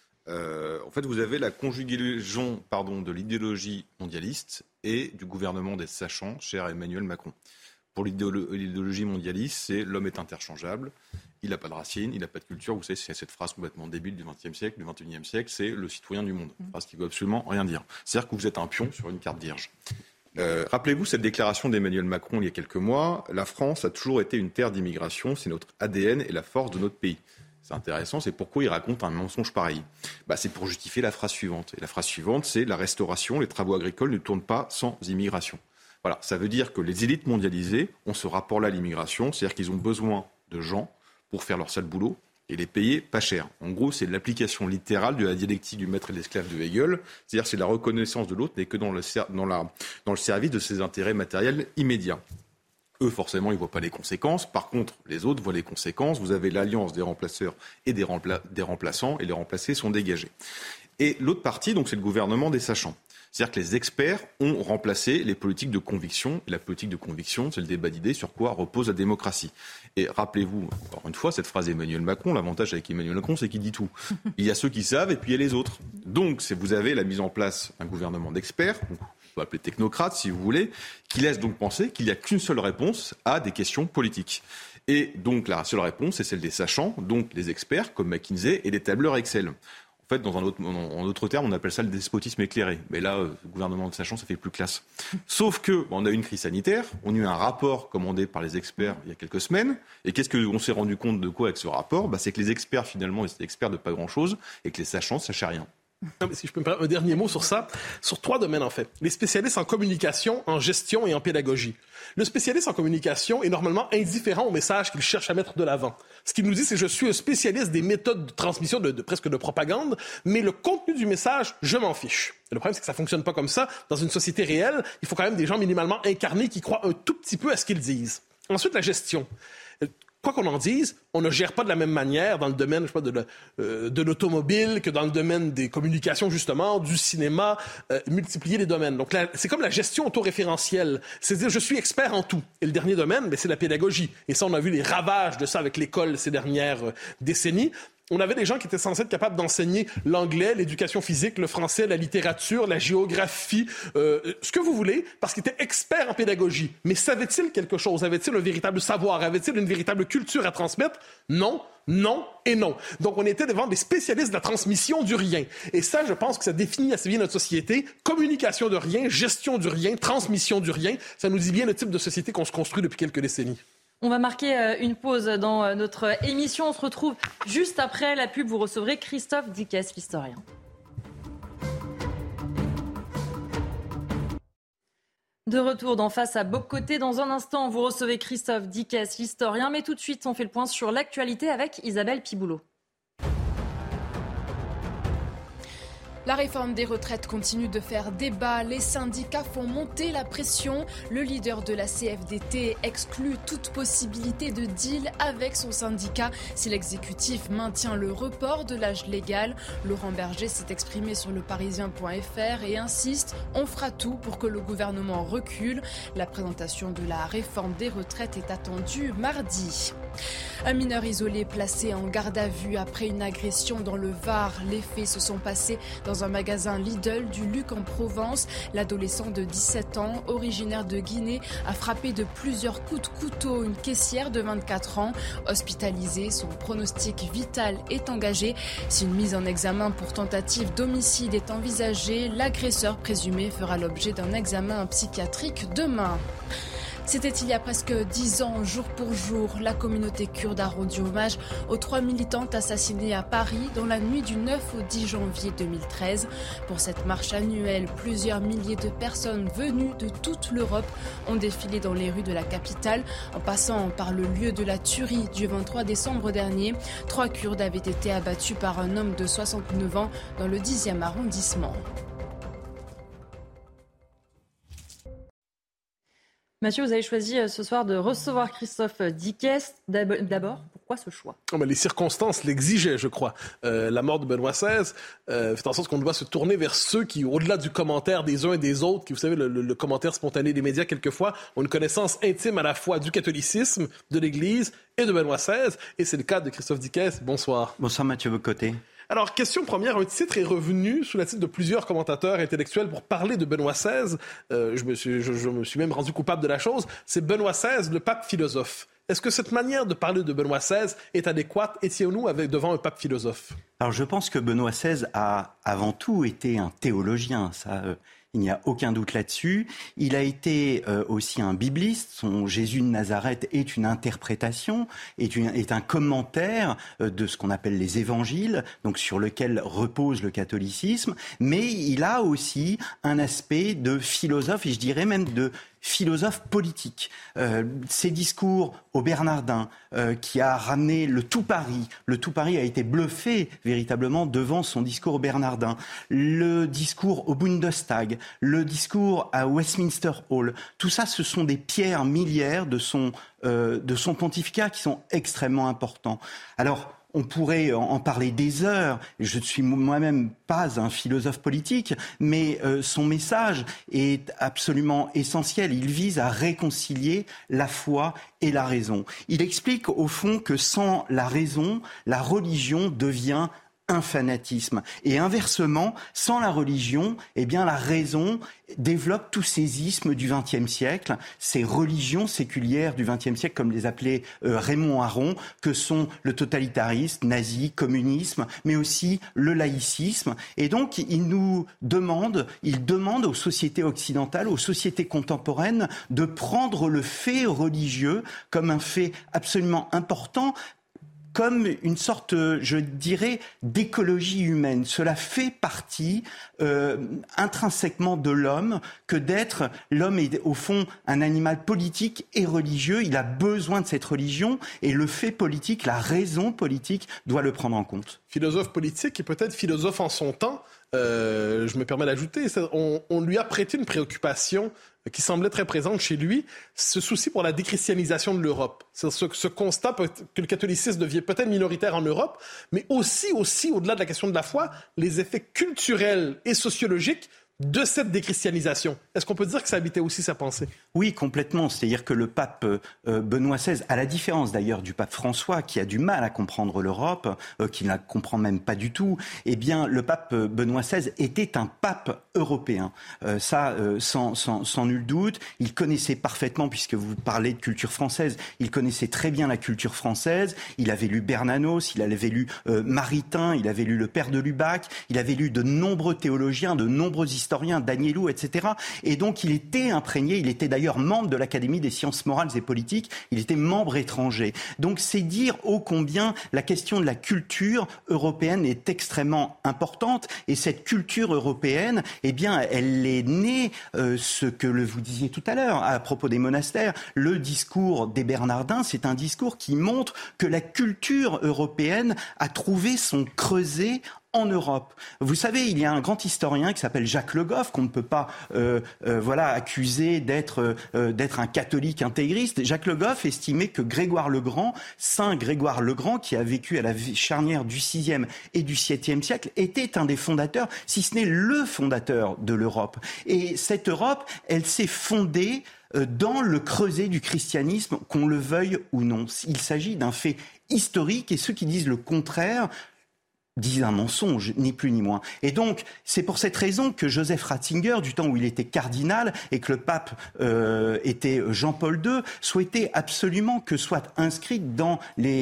En fait, vous avez la conjugaison de l'idéologie mondialiste et du gouvernement des sachants, cher à Emmanuel Macron. Pour l'idéologie mondialiste, c'est l'homme est interchangeable, il n'a pas de racines, il n'a pas de culture. Vous savez, c'est cette phrase complètement débile du XXe siècle, du XXIe siècle, c'est le citoyen du monde. Une phrase qui ne veut absolument rien dire. C'est-à-dire que vous êtes un pion sur une carte vierge. Rappelez-vous cette déclaration d'Emmanuel Macron il y a quelques mois. La France a toujours été une terre d'immigration, c'est notre ADN et la force de notre pays. C'est intéressant, c'est pourquoi il raconte un mensonge pareil. C'est pour justifier la phrase suivante. Et la phrase suivante, c'est la restauration, les travaux agricoles ne tournent pas sans immigration. Voilà, ça veut dire que les élites mondialisées ont ce rapport-là à l'immigration, c'est-à-dire qu'ils ont besoin de gens pour faire leur sale boulot et les payer pas cher. En gros, c'est l'application littérale de la dialectique du maître et de l'esclave de Hegel, c'est-à-dire c'est la reconnaissance de l'autre, mais que dans le service de ses intérêts matériels immédiats. Eux, forcément, ils ne voient pas les conséquences. Par contre, les autres voient les conséquences. Vous avez l'alliance des remplaceurs et des remplaçants, et les remplacés sont dégagés. Et l'autre partie, donc, c'est le gouvernement des sachants. C'est-à-dire que les experts ont remplacé les politiques de conviction. Et la politique de conviction, c'est le débat d'idées sur quoi repose la démocratie. Et rappelez-vous, encore une fois, cette phrase d'Emmanuel Macron, l'avantage avec Emmanuel Macron, c'est qu'il dit tout. Il y a ceux qui savent et puis il y a les autres. Donc, vous avez la mise en place d'un gouvernement d'experts, on peut appeler technocrate si vous voulez, qui laisse donc penser qu'il n'y a qu'une seule réponse à des questions politiques. Et donc, la seule réponse, c'est celle des sachants, donc les experts comme McKinsey et les tableurs Excel. En En fait, en d'autres termes, on appelle ça le despotisme éclairé. Mais là, le gouvernement de Sachant, ça fait plus classe. Sauf que, on a eu une crise sanitaire, on a eu un rapport commandé par les experts il y a quelques semaines. Et qu'est-ce qu'on s'est rendu compte de quoi avec ce rapport ? C'est que les experts, finalement, ils étaient experts de pas grand-chose et que les sachants ne sachaient rien. Non, mais si je peux me permettre un dernier mot sur ça, sur 3 domaines en fait. Les spécialistes en communication, en gestion et en pédagogie. Le spécialiste en communication est normalement indifférent au message qu'il cherche à mettre de l'avant. Ce qu'il nous dit, c'est je suis un spécialiste des méthodes de transmission presque de propagande, mais le contenu du message, je m'en fiche. Le problème, c'est que ça fonctionne pas comme ça. Dans une société réelle, il faut quand même des gens minimalement incarnés qui croient un tout petit peu à ce qu'ils disent. Ensuite, la gestion. Quoi qu'on en dise, on ne gère pas de la même manière dans le domaine de l'automobile que dans le domaine des communications, justement, du cinéma, multiplier les domaines. Donc, c'est comme la gestion autoréférentielle. C'est-à-dire, je suis expert en tout. Et le dernier domaine, c'est la pédagogie. Et ça, on a vu les ravages de ça avec l'école ces dernières décennies. On avait des gens qui étaient censés être capables d'enseigner l'anglais, l'éducation physique, le français, la littérature, la géographie, ce que vous voulez, parce qu'ils étaient experts en pédagogie. Mais savaient-ils quelque chose? Avaient-ils un véritable savoir? Avaient-ils une véritable culture à transmettre? Non, non et non. Donc, on était devant des spécialistes de la transmission du rien. Et ça, je pense que ça définit assez bien notre société. Communication de rien, gestion du rien, transmission du rien. Ça nous dit bien le type de société qu'on se construit depuis quelques décennies. On va marquer une pause dans notre émission. On se retrouve juste après la pub. Vous recevrez Christophe Dickès, l'historien. De retour d'en face à Bob Côté. Dans un instant, vous recevez Christophe Dickès, l'historien. Mais tout de suite, on fait le point sur l'actualité avec Isabelle Piboulot. La réforme des retraites continue de faire débat. Les syndicats font monter la pression. Le leader de la CFDT exclut toute possibilité de deal avec son syndicat si l'exécutif maintient le report de l'âge légal. Laurent Berger s'est exprimé sur leparisien.fr et insiste « On fera tout pour que le gouvernement recule ». La présentation de la réforme des retraites est attendue mardi. Un mineur isolé placé en garde à vue après une agression dans le Var. Les faits se sont passés dans un magasin Lidl du Luc en Provence. L'adolescent de 17 ans, originaire de Guinée, a frappé de plusieurs coups de couteau une caissière de 24 ans. Hospitalisé, son pronostic vital est engagé. Si une mise en examen pour tentative d'homicide est envisagée, l'agresseur présumé fera l'objet d'un examen psychiatrique demain. C'était il y a presque 10 ans, jour pour jour, la communauté kurde a rendu hommage aux 3 militantes assassinées à Paris dans la nuit du 9 au 10 janvier 2013. Pour cette marche annuelle, plusieurs milliers de personnes venues de toute l'Europe ont défilé dans les rues de la capitale, en passant par le lieu de la tuerie du 23 décembre dernier. 3 Kurdes avaient été abattus par un homme de 69 ans dans le 10e arrondissement. Mathieu, vous avez choisi ce soir de recevoir Christophe Dickès. D'abord, pourquoi ce choix ? Les circonstances l'exigeaient, je crois. La mort de Benoît XVI fait en sorte qu'on doit se tourner vers ceux qui, au-delà du commentaire des uns et des autres, qui, vous savez, le commentaire spontané des médias, quelquefois, ont une connaissance intime à la fois du catholicisme, de l'Église et de Benoît XVI. Et c'est le cas de Christophe Dickès. Bonsoir. Bonsoir Mathieu Bocoté. Alors, question première, un titre est revenu sous la titre de plusieurs commentateurs intellectuels pour parler de Benoît XVI. Je me suis même rendu coupable de la chose. C'est Benoît XVI, le pape philosophe. Est-ce que cette manière de parler de Benoît XVI est adéquate? Étions-nous devant un pape philosophe? Alors, je pense que Benoît XVI a avant tout été un théologien. Ça, il n'y a aucun doute là-dessus. Il a été aussi un bibliste. Son Jésus de Nazareth est une interprétation, est un commentaire de ce qu'on appelle les évangiles, donc sur lequel repose le catholicisme. Mais il a aussi un aspect de philosophe, et je dirais même de philosophe politique. Ses discours au Bernardin, qui a ramené le tout Paris a été bluffé véritablement devant son discours au Bernardin. Le discours au Bundestag, le discours à Westminster Hall, tout ça, ce sont des pierres miliaires de son pontificat qui sont extrêmement importants. Alors, on pourrait en parler des heures. Je ne suis moi-même pas un philosophe politique, mais son message est absolument essentiel. Il vise à réconcilier la foi et la raison. Il explique au fond que sans la raison, la religion devient un fanatisme. Et inversement, sans la religion, eh bien la raison développe tous ces ismes du XXe siècle, ces religions séculières du XXe siècle, comme les appelait Raymond Aron, que sont le totalitarisme, nazi, communisme, mais aussi le laïcisme. Et donc, il demande aux sociétés occidentales, aux sociétés contemporaines, de prendre le fait religieux comme un fait absolument important, comme une sorte, je dirais, d'écologie humaine. Cela fait partie intrinsèquement de l'homme que d'être... L'homme est au fond un animal politique et religieux. Il a besoin de cette religion et le fait politique, la raison politique doit le prendre en compte. Philosophe politique et peut-être philosophe en son temps, je me permets d'ajouter, on lui a prêté une préoccupation qui semblait très présente chez lui, ce souci pour la déchristianisation de l'Europe. C'est ce constat que le catholicisme devient peut-être minoritaire en Europe, mais aussi, au-delà de la question de la foi, les effets culturels et sociologiques de cette déchristianisation. Est-ce qu'on peut dire que ça habitait aussi sa pensée? Oui, complètement. C'est-à-dire que le pape Benoît XVI, à la différence d'ailleurs du pape François, qui a du mal à comprendre l'Europe, qui ne la comprend même pas du tout, eh bien, le pape Benoît XVI était un pape européen. Sans nul doute. Il connaissait parfaitement, puisque vous parlez de culture française, il connaissait très bien la culture française. Il avait lu Bernanos, il avait lu Maritain, il avait lu le père de Lubac, il avait lu de nombreux théologiens, de nombreux historiens, Danielou, etc. Et donc, il était imprégné, il était d'ailleurs membre de l'Académie des sciences morales et politiques, il était membre étranger. Donc, c'est dire ô combien la question de la culture européenne est extrêmement importante. Et cette culture européenne, eh bien, elle est née, ce que vous disiez tout à l'heure, à propos des monastères. Le discours des Bernardins, c'est un discours qui montre que la culture européenne a trouvé son creuset en Europe. Vous savez, il y a un grand historien qui s'appelle Jacques Le Goff, qu'on ne peut pas accuser d'être un catholique intégriste. Jacques Le Goff estimait que Grégoire le Grand, Saint Grégoire le Grand, qui a vécu à la charnière du VIe et du VIIe siècle, était un des fondateurs, si ce n'est le fondateur de l'Europe. Et cette Europe, elle s'est fondée dans le creuset du christianisme, qu'on le veuille ou non. Il s'agit d'un fait historique et ceux qui disent le contraire disent un mensonge, ni plus ni moins. Et donc, c'est pour cette raison que Joseph Ratzinger, du temps où il était cardinal et que le pape était Jean-Paul II, souhaitait absolument que soient inscrites dans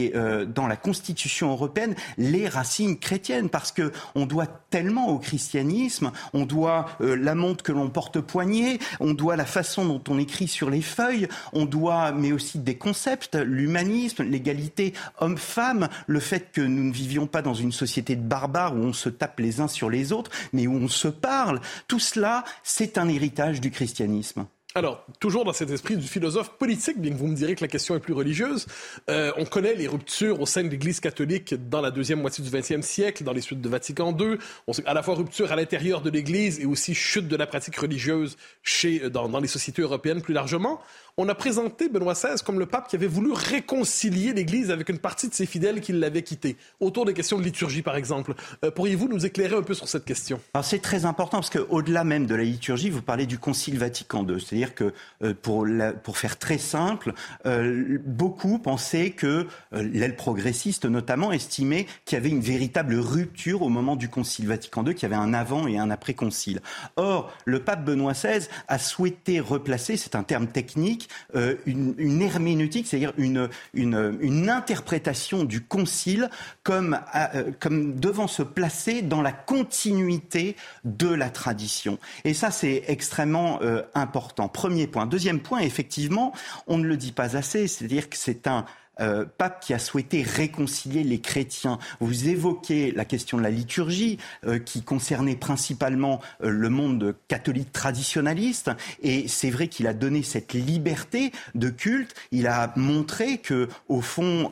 la Constitution européenne les racines chrétiennes, parce que on doit tellement au christianisme, on doit la montre que l'on porte au poignet, on doit la façon dont on écrit sur les feuilles, on doit, mais aussi des concepts, l'humanisme, l'égalité homme-femme, le fait que nous ne vivions pas dans une société de barbares où on se tape les uns sur les autres, mais où on se parle. Tout cela, c'est un héritage du christianisme. Alors, toujours dans cet esprit du philosophe politique, bien que vous me direz que la question est plus religieuse, on connaît les ruptures au sein de l'Église catholique dans la deuxième moitié du XXe siècle, dans les suites de Vatican II. On sait à la fois rupture à l'intérieur de l'Église et aussi chute de la pratique religieuse dans les sociétés européennes plus largement. On a présenté Benoît XVI comme le pape qui avait voulu réconcilier l'Église avec une partie de ses fidèles qui l'avaient quitté, autour des questions de liturgie, par exemple. Pourriez-vous nous éclairer un peu sur cette question? Alors, c'est très important parce qu'au-delà même de la liturgie, vous parlez du Concile Vatican II. C'est-à-dire que, pour faire très simple, beaucoup pensaient que l'aile progressiste, notamment, estimait qu'il y avait une véritable rupture au moment du Concile Vatican II, qu'il y avait un avant et un après-concile. Or, le pape Benoît XVI a souhaité replacer, c'est un terme technique, une herméneutique, c'est-à-dire une interprétation du concile comme devant se placer dans la continuité de la tradition. Et ça, c'est extrêmement important. Premier point. Deuxième point, effectivement, on ne le dit pas assez, c'est-à-dire que c'est un pape qui a souhaité réconcilier les chrétiens. Vous évoquez la question de la liturgie qui concernait principalement le monde catholique traditionnaliste, et c'est vrai qu'il a donné cette liberté de culte. Il a montré que, au fond,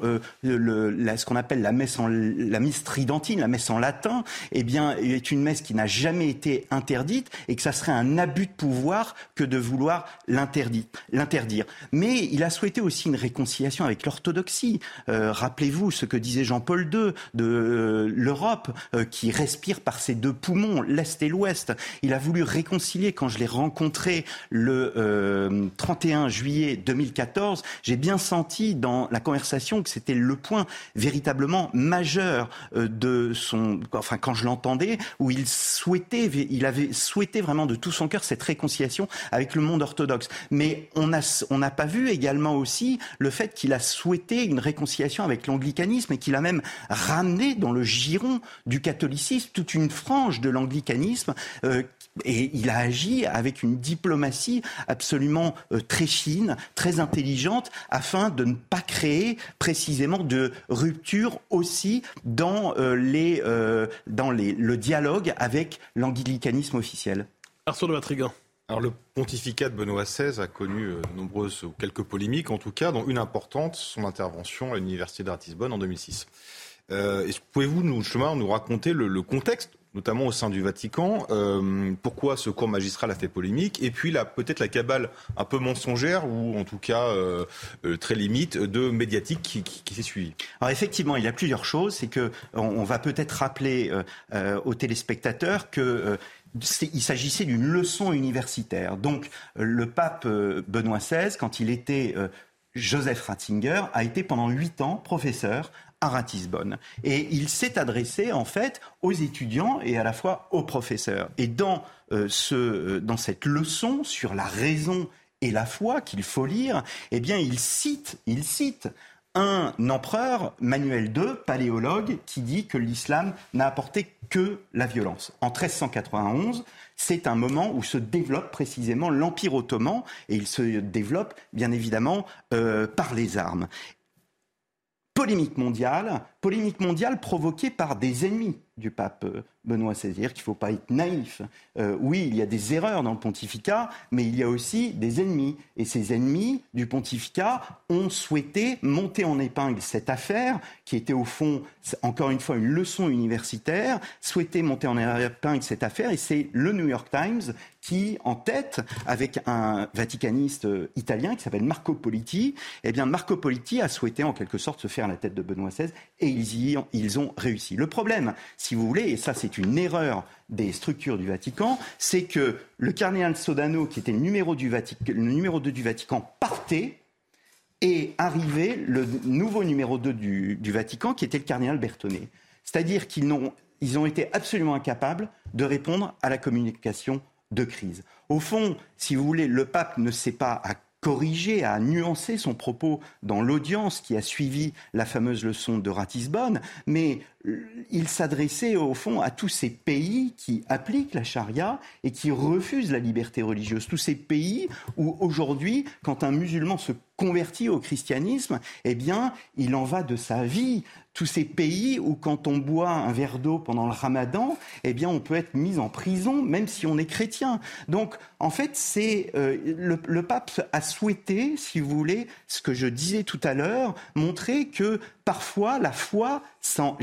ce qu'on appelle la messe tridentine, la messe en latin, eh bien, est une messe qui n'a jamais été interdite et que ça serait un abus de pouvoir que de vouloir l'interdire. Mais il a souhaité aussi une réconciliation avec l'orthodoxie. l'orthodoxie. Rappelez-vous ce que disait Jean-Paul II de l'Europe, qui respire par ses deux poumons, l'Est et l'Ouest. Il a voulu réconcilier. Quand je l'ai rencontré le 31 juillet 2014, j'ai bien senti dans la conversation que c'était le point véritablement majeur de son... Enfin, quand je l'entendais, où il avait souhaité vraiment de tout son cœur cette réconciliation avec le monde orthodoxe. Mais on n'a pas vu également aussi le fait qu'il a souhaité une réconciliation avec l'anglicanisme et qu'il a même ramené dans le giron du catholicisme toute une frange de l'anglicanisme et il a agi avec une diplomatie absolument très fine, très intelligente, afin de ne pas créer précisément de rupture aussi dans le dialogue avec l'anglicanisme officiel. Arthur de Vatrigan. Alors le pontificat de Benoît XVI a connu nombreuses ou quelques polémiques, en tout cas, dont une importante, son intervention à l'université de Ratisbonne en 2006. Pouvez-vous nous raconter le contexte, notamment au sein du Vatican, pourquoi ce cours magistral a fait polémique, et puis peut-être la cabale un peu mensongère, ou en tout cas très limite, de médiatique qui s'est suivie. Alors effectivement, il y a plusieurs choses. C'est que on va peut-être rappeler aux téléspectateurs que il s'agissait d'une leçon universitaire. Donc le pape Benoît XVI, quand il était Joseph Ratzinger, a été pendant 8 ans professeur à Ratisbonne. Et il s'est adressé en fait aux étudiants et à la fois aux professeurs. Et dans cette leçon sur la raison et la foi qu'il faut lire, eh bien il cite un empereur, Manuel II, paléologue, qui dit que l'islam n'a apporté que la violence. En 1391, c'est un moment où se développe précisément l'Empire ottoman, et il se développe bien évidemment par les armes. Polémique mondiale provoquée par des ennemis du pape Benoît XVI. C'est-à-dire qu'il ne faut pas être naïf. Oui, il y a des erreurs dans le pontificat, mais il y a aussi des ennemis. Et ces ennemis du pontificat ont souhaité monter en épingle cette affaire, qui était au fond, encore une fois, une leçon universitaire, souhaité monter en épingle cette affaire, et c'est le New York Times qui, en tête, avec un vaticaniste italien qui s'appelle Marco Politi, eh bien Marco Politi a souhaité en quelque sorte se faire la tête de Benoît XVI, et ils ont réussi. Le problème, si vous voulez, et ça c'est une erreur des structures du Vatican, c'est que le cardinal Sodano, qui était le numéro 2 du Vatican, partait, et arrivait le nouveau numéro 2 du Vatican, qui était le cardinal Bertone. C'est-à-dire qu'ils ont été absolument incapables de répondre à la communication de crise. Au fond, si vous voulez, le pape ne sait pas à corriger, à nuancer son propos dans l'audience qui a suivi la fameuse leçon de Ratisbonne, mais il s'adressait au fond à tous ces pays qui appliquent la charia et qui refusent la liberté religieuse. Tous ces pays où aujourd'hui, quand un musulman se convertit au christianisme, eh bien, il en va de sa vie. Tous ces pays où, quand on boit un verre d'eau pendant le ramadan, eh bien, on peut être mis en prison, même si on est chrétien. Donc, en fait, le pape a souhaité, si vous voulez, ce que je disais tout à l'heure, montrer que parfois, la foi sans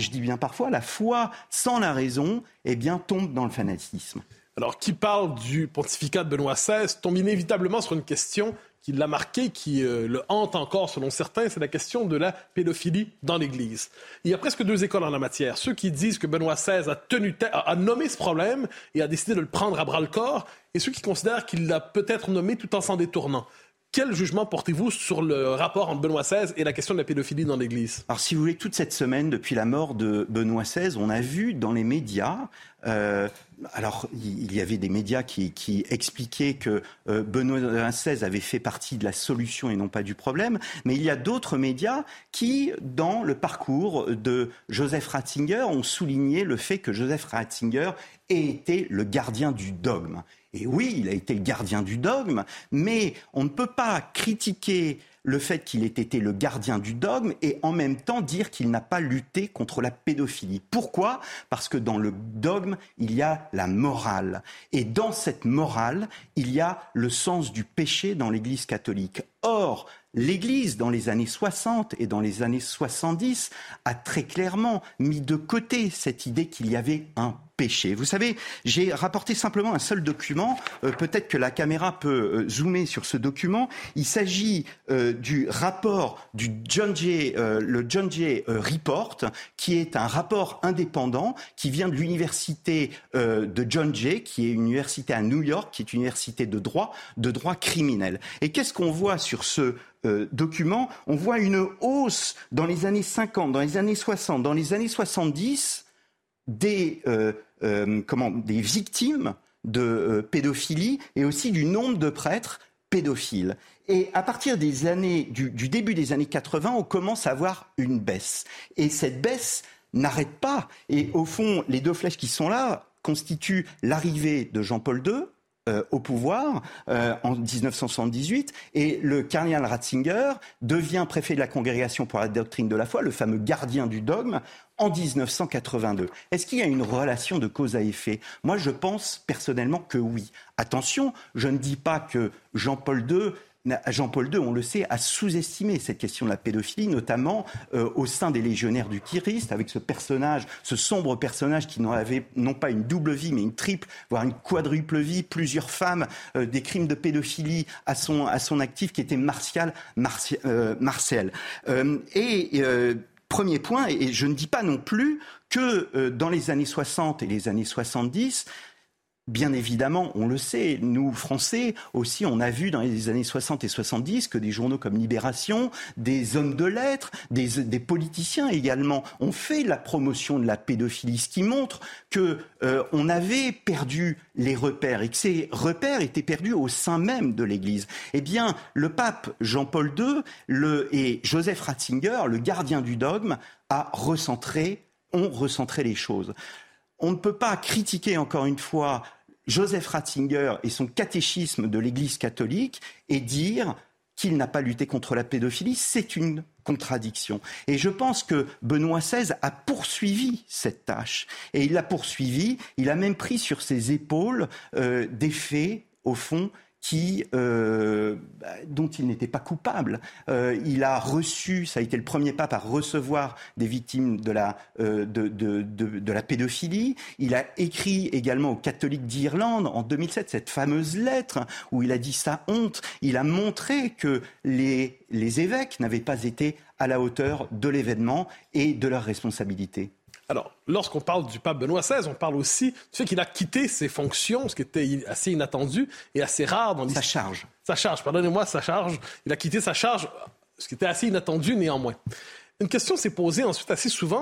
la raison, eh bien, tombe dans le fanatisme. Alors, qui parle du pontificat de Benoît XVI tombe inévitablement sur une question qui l'a marqué, qui le hante encore selon certains, c'est la question de la pédophilie dans l'Église. Il y a presque 2 écoles en la matière. Ceux qui disent que Benoît XVI a nommé ce problème et a décidé de le prendre à bras-le-corps, et ceux qui considèrent qu'il l'a peut-être nommé tout en s'en détournant. Quel jugement portez-vous sur le rapport entre Benoît XVI et la question de la pédophilie dans l'Église? Alors, si vous voulez, toute cette semaine, depuis la mort de Benoît XVI, on a vu dans les médias... alors, il y avait des médias qui expliquaient que Benoît XVI avait fait partie de la solution et non pas du problème, mais il y a d'autres médias qui, dans le parcours de Joseph Ratzinger, ont souligné le fait que Joseph Ratzinger ait été le gardien du dogme. Et oui, il a été le gardien du dogme, mais on ne peut pas critiquer le fait qu'il ait été le gardien du dogme et en même temps dire qu'il n'a pas lutté contre la pédophilie. Pourquoi ? Parce que dans le dogme, il y a la morale. Et dans cette morale, il y a le sens du péché dans l'Église catholique. Or, l'Église, dans les années 60 et dans les années 70, a très clairement mis de côté cette idée qu'il y avait un péché. Vous savez, j'ai rapporté simplement un seul document. Peut-être que la caméra peut zoomer sur ce document. Il s'agit du rapport du John Jay, le John Jay Report, qui est un rapport indépendant qui vient de l'université de John Jay, qui est une université à New York, qui est une université de droit criminel. Et qu'est-ce qu'on voit sur ce document? On voit une hausse dans les années 50, dans les années 60, dans les années 70 des victimes de pédophilie et aussi du nombre de prêtres pédophiles. Et à partir des années, du début des années 80, on commence à avoir une baisse. Et cette baisse n'arrête pas. Et au fond, les deux flèches qui sont là constituent l'arrivée de Jean-Paul II au pouvoir en 1978, et le cardinal Ratzinger devient préfet de la Congrégation pour la doctrine de la foi, le fameux gardien du dogme, en 1982. Est-ce qu'il y a une relation de cause à effet? Moi, je pense personnellement que oui. Attention, je ne dis pas que Jean-Paul II, on le sait, a sous-estimé cette question de la pédophilie, notamment au sein des légionnaires du Christ, avec ce sombre personnage qui n'avait non pas une double vie, mais une triple, voire une quadruple vie, plusieurs femmes, des crimes de pédophilie à son actif, qui était Marcel. Premier point, et je ne dis pas non plus que dans les années 60 et les années 70, bien évidemment, on le sait, nous, Français, aussi, on a vu dans les années 60 et 70 que des journaux comme Libération, des hommes de lettres, des politiciens également, ont fait la promotion de la pédophilie, ce qui montre qu'on avait perdu les repères et que ces repères étaient perdus au sein même de l'Église. Eh bien, le pape Jean-Paul II et Joseph Ratzinger, le gardien du dogme, ont recentré les choses. On ne peut pas critiquer, encore une fois, Joseph Ratzinger et son catéchisme de l'Église catholique et dire qu'il n'a pas lutté contre la pédophilie. C'est une contradiction. Et je pense que Benoît XVI a poursuivi cette tâche. Et il l'a poursuivi, il a même pris sur ses épaules des faits, au fond, dont il n'était pas coupable. Il a reçu, ça a été le premier pape à recevoir des victimes de la pédophilie. Il a écrit également aux catholiques d'Irlande en 2007 cette fameuse lettre où il a dit sa honte. Il a montré que les évêques n'avaient pas été à la hauteur de l'événement et de leurs responsabilités. Alors, lorsqu'on parle du pape Benoît XVI, on parle aussi du fait qu'il a quitté ses fonctions, ce qui était assez inattendu et assez rare dans l'histoire. Sa charge, il a quitté sa charge, ce qui était assez inattendu néanmoins. Une question s'est posée ensuite assez souvent,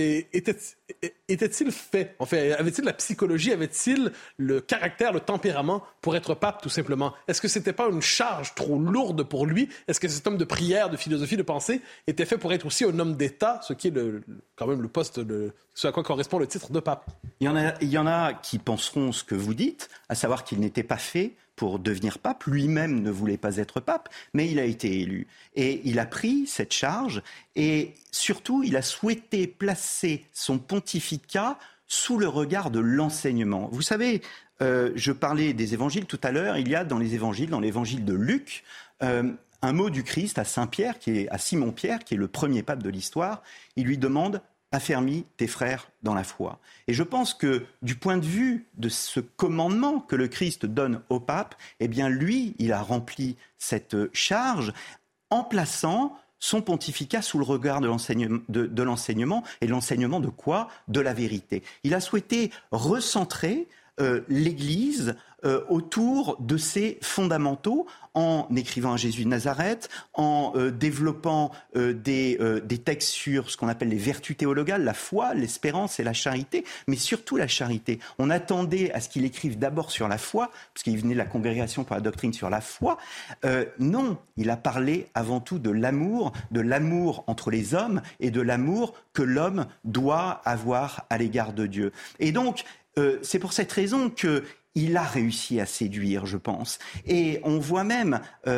était-il fait? En fait, avait-il la psychologie, avait-il le caractère, le tempérament pour être pape, tout simplement? Est-ce que c'était pas une charge trop lourde pour lui? Est-ce que cet homme de prière, de philosophie, de pensée était fait pour être aussi un homme d'État, ce qui est quand même le poste, ce à quoi correspond le titre de pape? Il y en a qui penseront ce que vous dites, à savoir qu'il n'était pas fait pour devenir pape. Lui-même ne voulait pas être pape, mais il a été élu. Et il a pris cette charge et surtout, il a souhaité placer son pontificat sous le regard de l'enseignement. Vous savez, je parlais des évangiles tout à l'heure, il y a dans l'évangile de Luc, un mot du Christ à Saint-Pierre, à Simon-Pierre, qui est le premier pape de l'histoire. Il lui demande « Affermis tes frères dans la foi ». Et je pense que du point de vue de ce commandement que le Christ donne au pape, eh bien lui, il a rempli cette charge en plaçant son pontificat sous le regard de l'enseignement. Et l'enseignement de quoi? De la vérité. Il a souhaité recentrer l'Église autour de ses fondamentaux en écrivant à Jésus de Nazareth, en développant des textes sur ce qu'on appelle les vertus théologales, la foi, l'espérance et la charité, mais surtout la charité. On attendait à ce qu'il écrive d'abord sur la foi, parce qu'il venait de la Congrégation pour la doctrine sur la foi. Non, il a parlé avant tout de l'amour entre les hommes et de l'amour que l'homme doit avoir à l'égard de Dieu. Et donc, c'est pour cette raison que il a réussi à séduire, je pense. Et on le voit même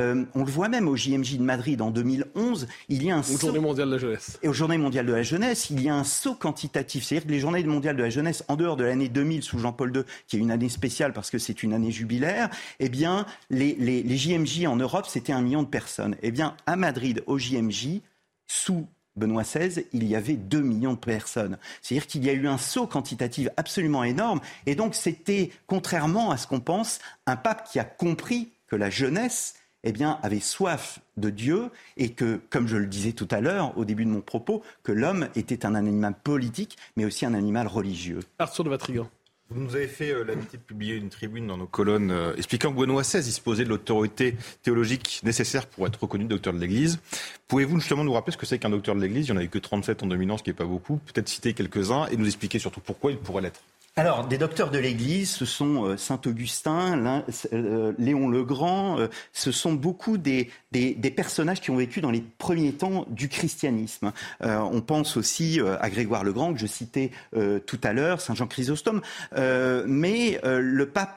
au JMJ de Madrid en 2011, il y a un saut... Aux Journées mondiales de la jeunesse. Et aux Journées mondiales de la jeunesse, il y a un saut quantitatif. C'est-à-dire que les Journées mondiales de la jeunesse, en dehors de l'année 2000 sous Jean-Paul II, qui est une année spéciale parce que c'est une année jubilaire, eh bien, les JMJ en Europe, c'était 1 million de personnes. Eh bien, à Madrid, au JMJ, sous Benoît XVI, il y avait 2 millions de personnes. C'est-à-dire qu'il y a eu un saut quantitatif absolument énorme. Et donc, c'était, contrairement à ce qu'on pense, un pape qui a compris que la jeunesse, eh bien, avait soif de Dieu et que, comme je le disais tout à l'heure, au début de mon propos, que l'homme était un animal politique, mais aussi un animal religieux. Arthur de Vatrigan. Vous nous avez fait l'amitié de publier une tribune dans nos colonnes expliquant que Benoît XVI disposait de l'autorité théologique nécessaire pour être reconnu docteur de l'Église. Pouvez-vous justement nous rappeler ce que c'est qu'un docteur de l'Église ? Il n'y en avait que 37 en 2000 ans, ce qui n'est pas beaucoup. Peut-être citer quelques-uns et nous expliquer surtout pourquoi il pourrait l'être. Alors, des docteurs de l'Église, ce sont Saint-Augustin, Léon le Grand, ce sont beaucoup des personnages qui ont vécu dans les premiers temps du christianisme. On pense aussi à Grégoire le Grand, que je citais tout à l'heure, Saint Jean Chrysostome, mais le pape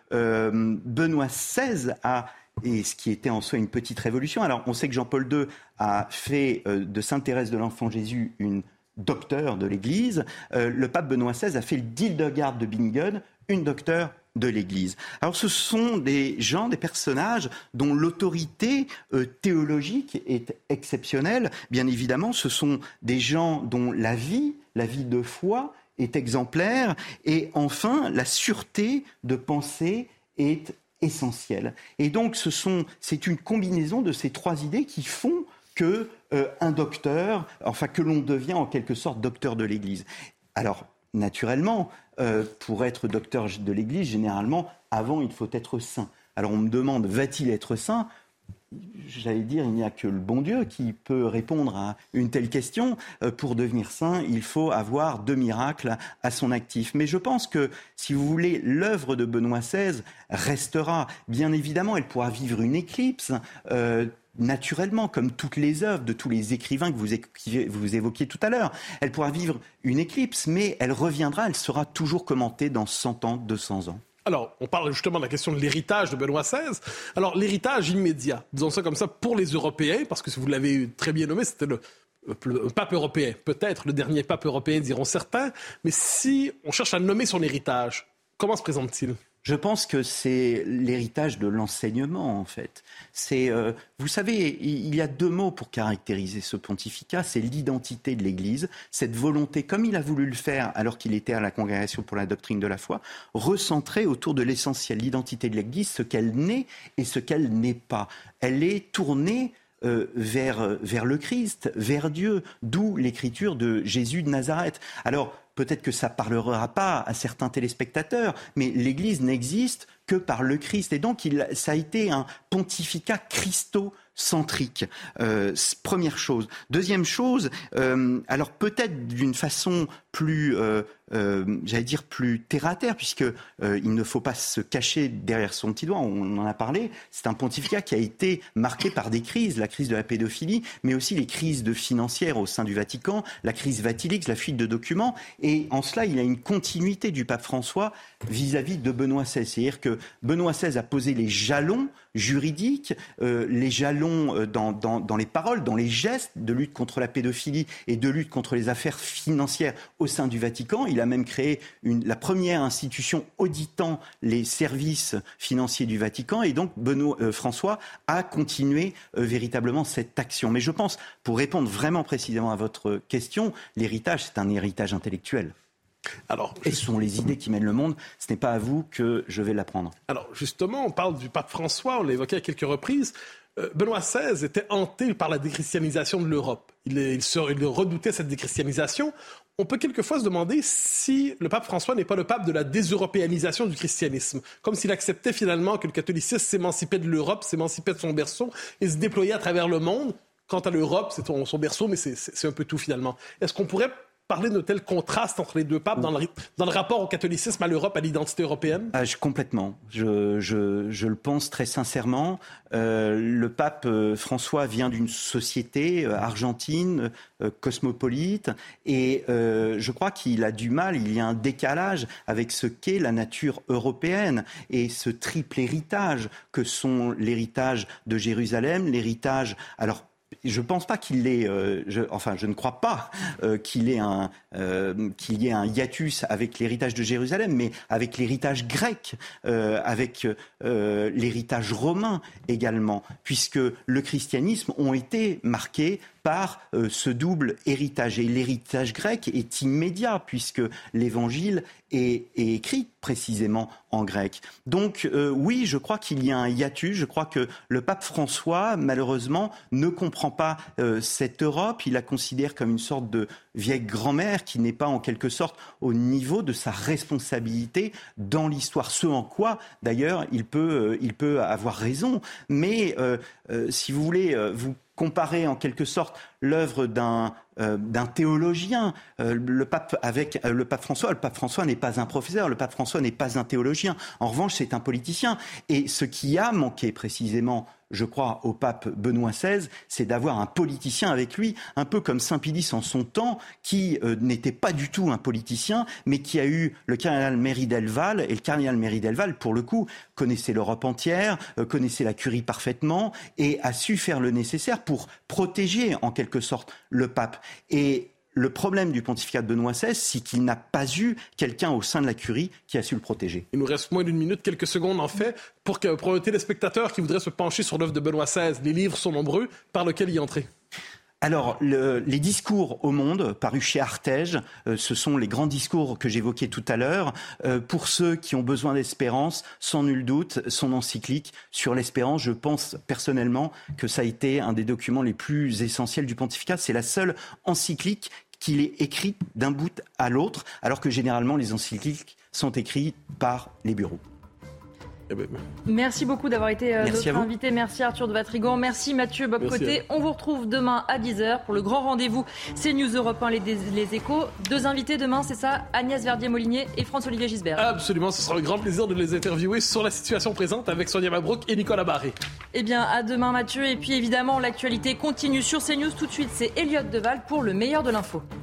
Benoît XVI a... Et ce qui était en soi une petite révolution. Alors, on sait que Jean-Paul II a fait de Sainte Thérèse de l'Enfant Jésus une docteur de l'Église. Le pape Benoît XVI a fait le d'Hildegarde de Bingen une docteure de l'Église. Alors, ce sont des gens, des personnages dont l'autorité théologique est exceptionnelle. Bien évidemment, ce sont des gens dont la vie de foi est exemplaire. Et enfin, la sûreté de pensée est essentielle. Et donc, c'est une combinaison de ces 3 idées qui font que un docteur, enfin que l'on devient en quelque sorte docteur de l'Église. Alors, naturellement, pour être docteur de l'Église, généralement, avant, il faut être saint. Alors, on me demande, va-t-il être saint ? J'allais dire, il n'y a que le bon Dieu qui peut répondre à une telle question. Pour devenir saint, il faut avoir 2 miracles à son actif. Mais je pense que, si vous voulez, l'œuvre de Benoît XVI restera. Bien évidemment, elle pourra vivre une éclipse, naturellement, comme toutes les œuvres de tous les écrivains que vous évoquiez tout à l'heure. Elle pourra vivre une éclipse, mais elle reviendra, elle sera toujours commentée dans 100 ans, 200 ans. Alors, on parle justement de la question de l'héritage de Benoît XVI. Alors, l'héritage immédiat, disons ça comme ça, pour les Européens, parce que si vous l'avez très bien nommé, c'était le pape européen. Peut-être le dernier pape européen, diront certains. Mais si on cherche à nommer son héritage, comment se présente-t-il ? Je pense que c'est l'héritage de l'enseignement, en fait. Vous savez, il y a 2 mots pour caractériser ce pontificat. C'est l'identité de l'Église, cette volonté, comme il a voulu le faire alors qu'il était à la Congrégation pour la doctrine de la foi, recentrer autour de l'essentiel, l'identité de l'Église, ce qu'elle n'est et ce qu'elle n'est pas. Elle est tournée vers le Christ, vers Dieu, d'où l'écriture de Jésus de Nazareth. Alors, peut-être que ça ne parlera pas à certains téléspectateurs, mais l'Église n'existe que par le Christ. Et donc, ça a été un pontificat christocentrique. Première chose. Deuxième chose, alors peut-être d'une façon plus, plus terre à terre, puisque il ne faut pas se cacher derrière son petit doigt. On en a parlé. C'est un pontificat qui a été marqué par des crises, la crise de la pédophilie, mais aussi les crises financières au sein du Vatican, la crise Vatilix, la fuite de documents. Et en cela, il y a une continuité du pape François vis-à-vis de Benoît XVI. C'est-à-dire que Benoît XVI a posé les jalons juridiques, les jalons dans les paroles, dans les gestes de lutte contre la pédophilie et de lutte contre les affaires financières au sein du Vatican. Il a même créé la première institution auditant les services financiers du Vatican. Et donc, François a continué véritablement cette action. Mais je pense, pour répondre vraiment précisément à votre question, l'héritage, c'est un héritage intellectuel. Alors, et ce sont les idées qui mènent le monde. Ce n'est pas à vous que je vais l'apprendre. Alors, justement, on parle du pape François, on l'a évoqué à quelques reprises. Benoît XVI était hanté par la déchristianisation de l'Europe. Il redoutait cette déchristianisation. On peut quelquefois se demander si le pape François n'est pas le pape de la déseuropéanisation du christianisme. Comme s'il acceptait finalement que le catholicisme s'émancipait de l'Europe, s'émancipait de son berceau et se déployait à travers le monde. Quant à l'Europe, c'est son berceau, mais c'est un peu tout finalement. Est-ce qu'on pourrait parler de tel contraste entre les deux papes dans le rapport au catholicisme, à l'Europe, à l'identité européenne? Complètement. Je le pense très sincèrement. Le pape François vient d'une société argentine, cosmopolite, et je crois qu'il a du mal, il y a un décalage avec ce qu'est la nature européenne et ce triple héritage que sont l'héritage de Jérusalem, l'héritage... Alors, je ne pense pas qu'il l'ait, je ne crois pas qu'il y ait un hiatus avec l'héritage de Jérusalem, mais avec l'héritage grec, avec l'héritage romain également, puisque le christianisme ont été marqués par ce double héritage. Et l'héritage grec est immédiat, puisque l'évangile est écrit précisément en grec. Donc oui, je crois qu'il y a un hiatus. Je crois que le pape François, malheureusement, ne comprend pas cette Europe. Il la considère comme une sorte de vieille grand-mère qui n'est pas en quelque sorte au niveau de sa responsabilité dans l'histoire. Ce en quoi, d'ailleurs, il peut avoir raison. Mais si vous voulez, vous comparer en quelque sorte l'œuvre d'un théologien. Le pape François. Le pape François n'est pas un professeur, le pape François n'est pas un théologien. En revanche, c'est un politicien. Et ce qui a manqué précisément, je crois, au pape Benoît XVI, c'est d'avoir un politicien avec lui, un peu comme Saint Pilice en son temps, qui n'était pas du tout un politicien, mais qui a eu le cardinal Méry d'Elval. Et le cardinal Méry d'Elval, pour le coup, connaissait l'Europe entière, connaissait la curie parfaitement et a su faire le nécessaire pour protéger, en quelque sorte, le pape. Et le problème du pontificat de Benoît XVI, c'est qu'il n'a pas eu quelqu'un au sein de la curie qui a su le protéger. Il nous reste moins d'une minute, quelques secondes en fait, pour un téléspectateur qui voudrait se pencher sur l'œuvre de Benoît XVI. Les livres sont nombreux, par lequel y entrer? Alors, les discours au monde, parus chez Artege, ce sont les grands discours que j'évoquais tout à l'heure. Pour ceux qui ont besoin d'espérance, sans nul doute, son encyclique sur l'espérance, je pense personnellement que ça a été un des documents les plus essentiels du pontificat. C'est la seule encyclique qu'il est écrite d'un bout à l'autre, alors que généralement les encycliques sont écrites par les bureaux. Merci beaucoup d'avoir été notre invité. Merci Arthur de Vatrigan. Merci Mathieu Bock-Côté. On vous retrouve demain à 10h pour le grand rendez-vous CNews Europe 1, les Échos. Deux invités demain, c'est ça, Agnès Verdier-Molinier et François-Olivier Gisbert. Absolument, ce sera un grand plaisir de les interviewer sur la situation présente avec Sonia Mabrouk et Nicolas Barré. Eh bien, à demain Mathieu. Et puis évidemment, l'actualité continue sur CNews. Tout de suite, c'est Elliott Deval pour le meilleur de l'info.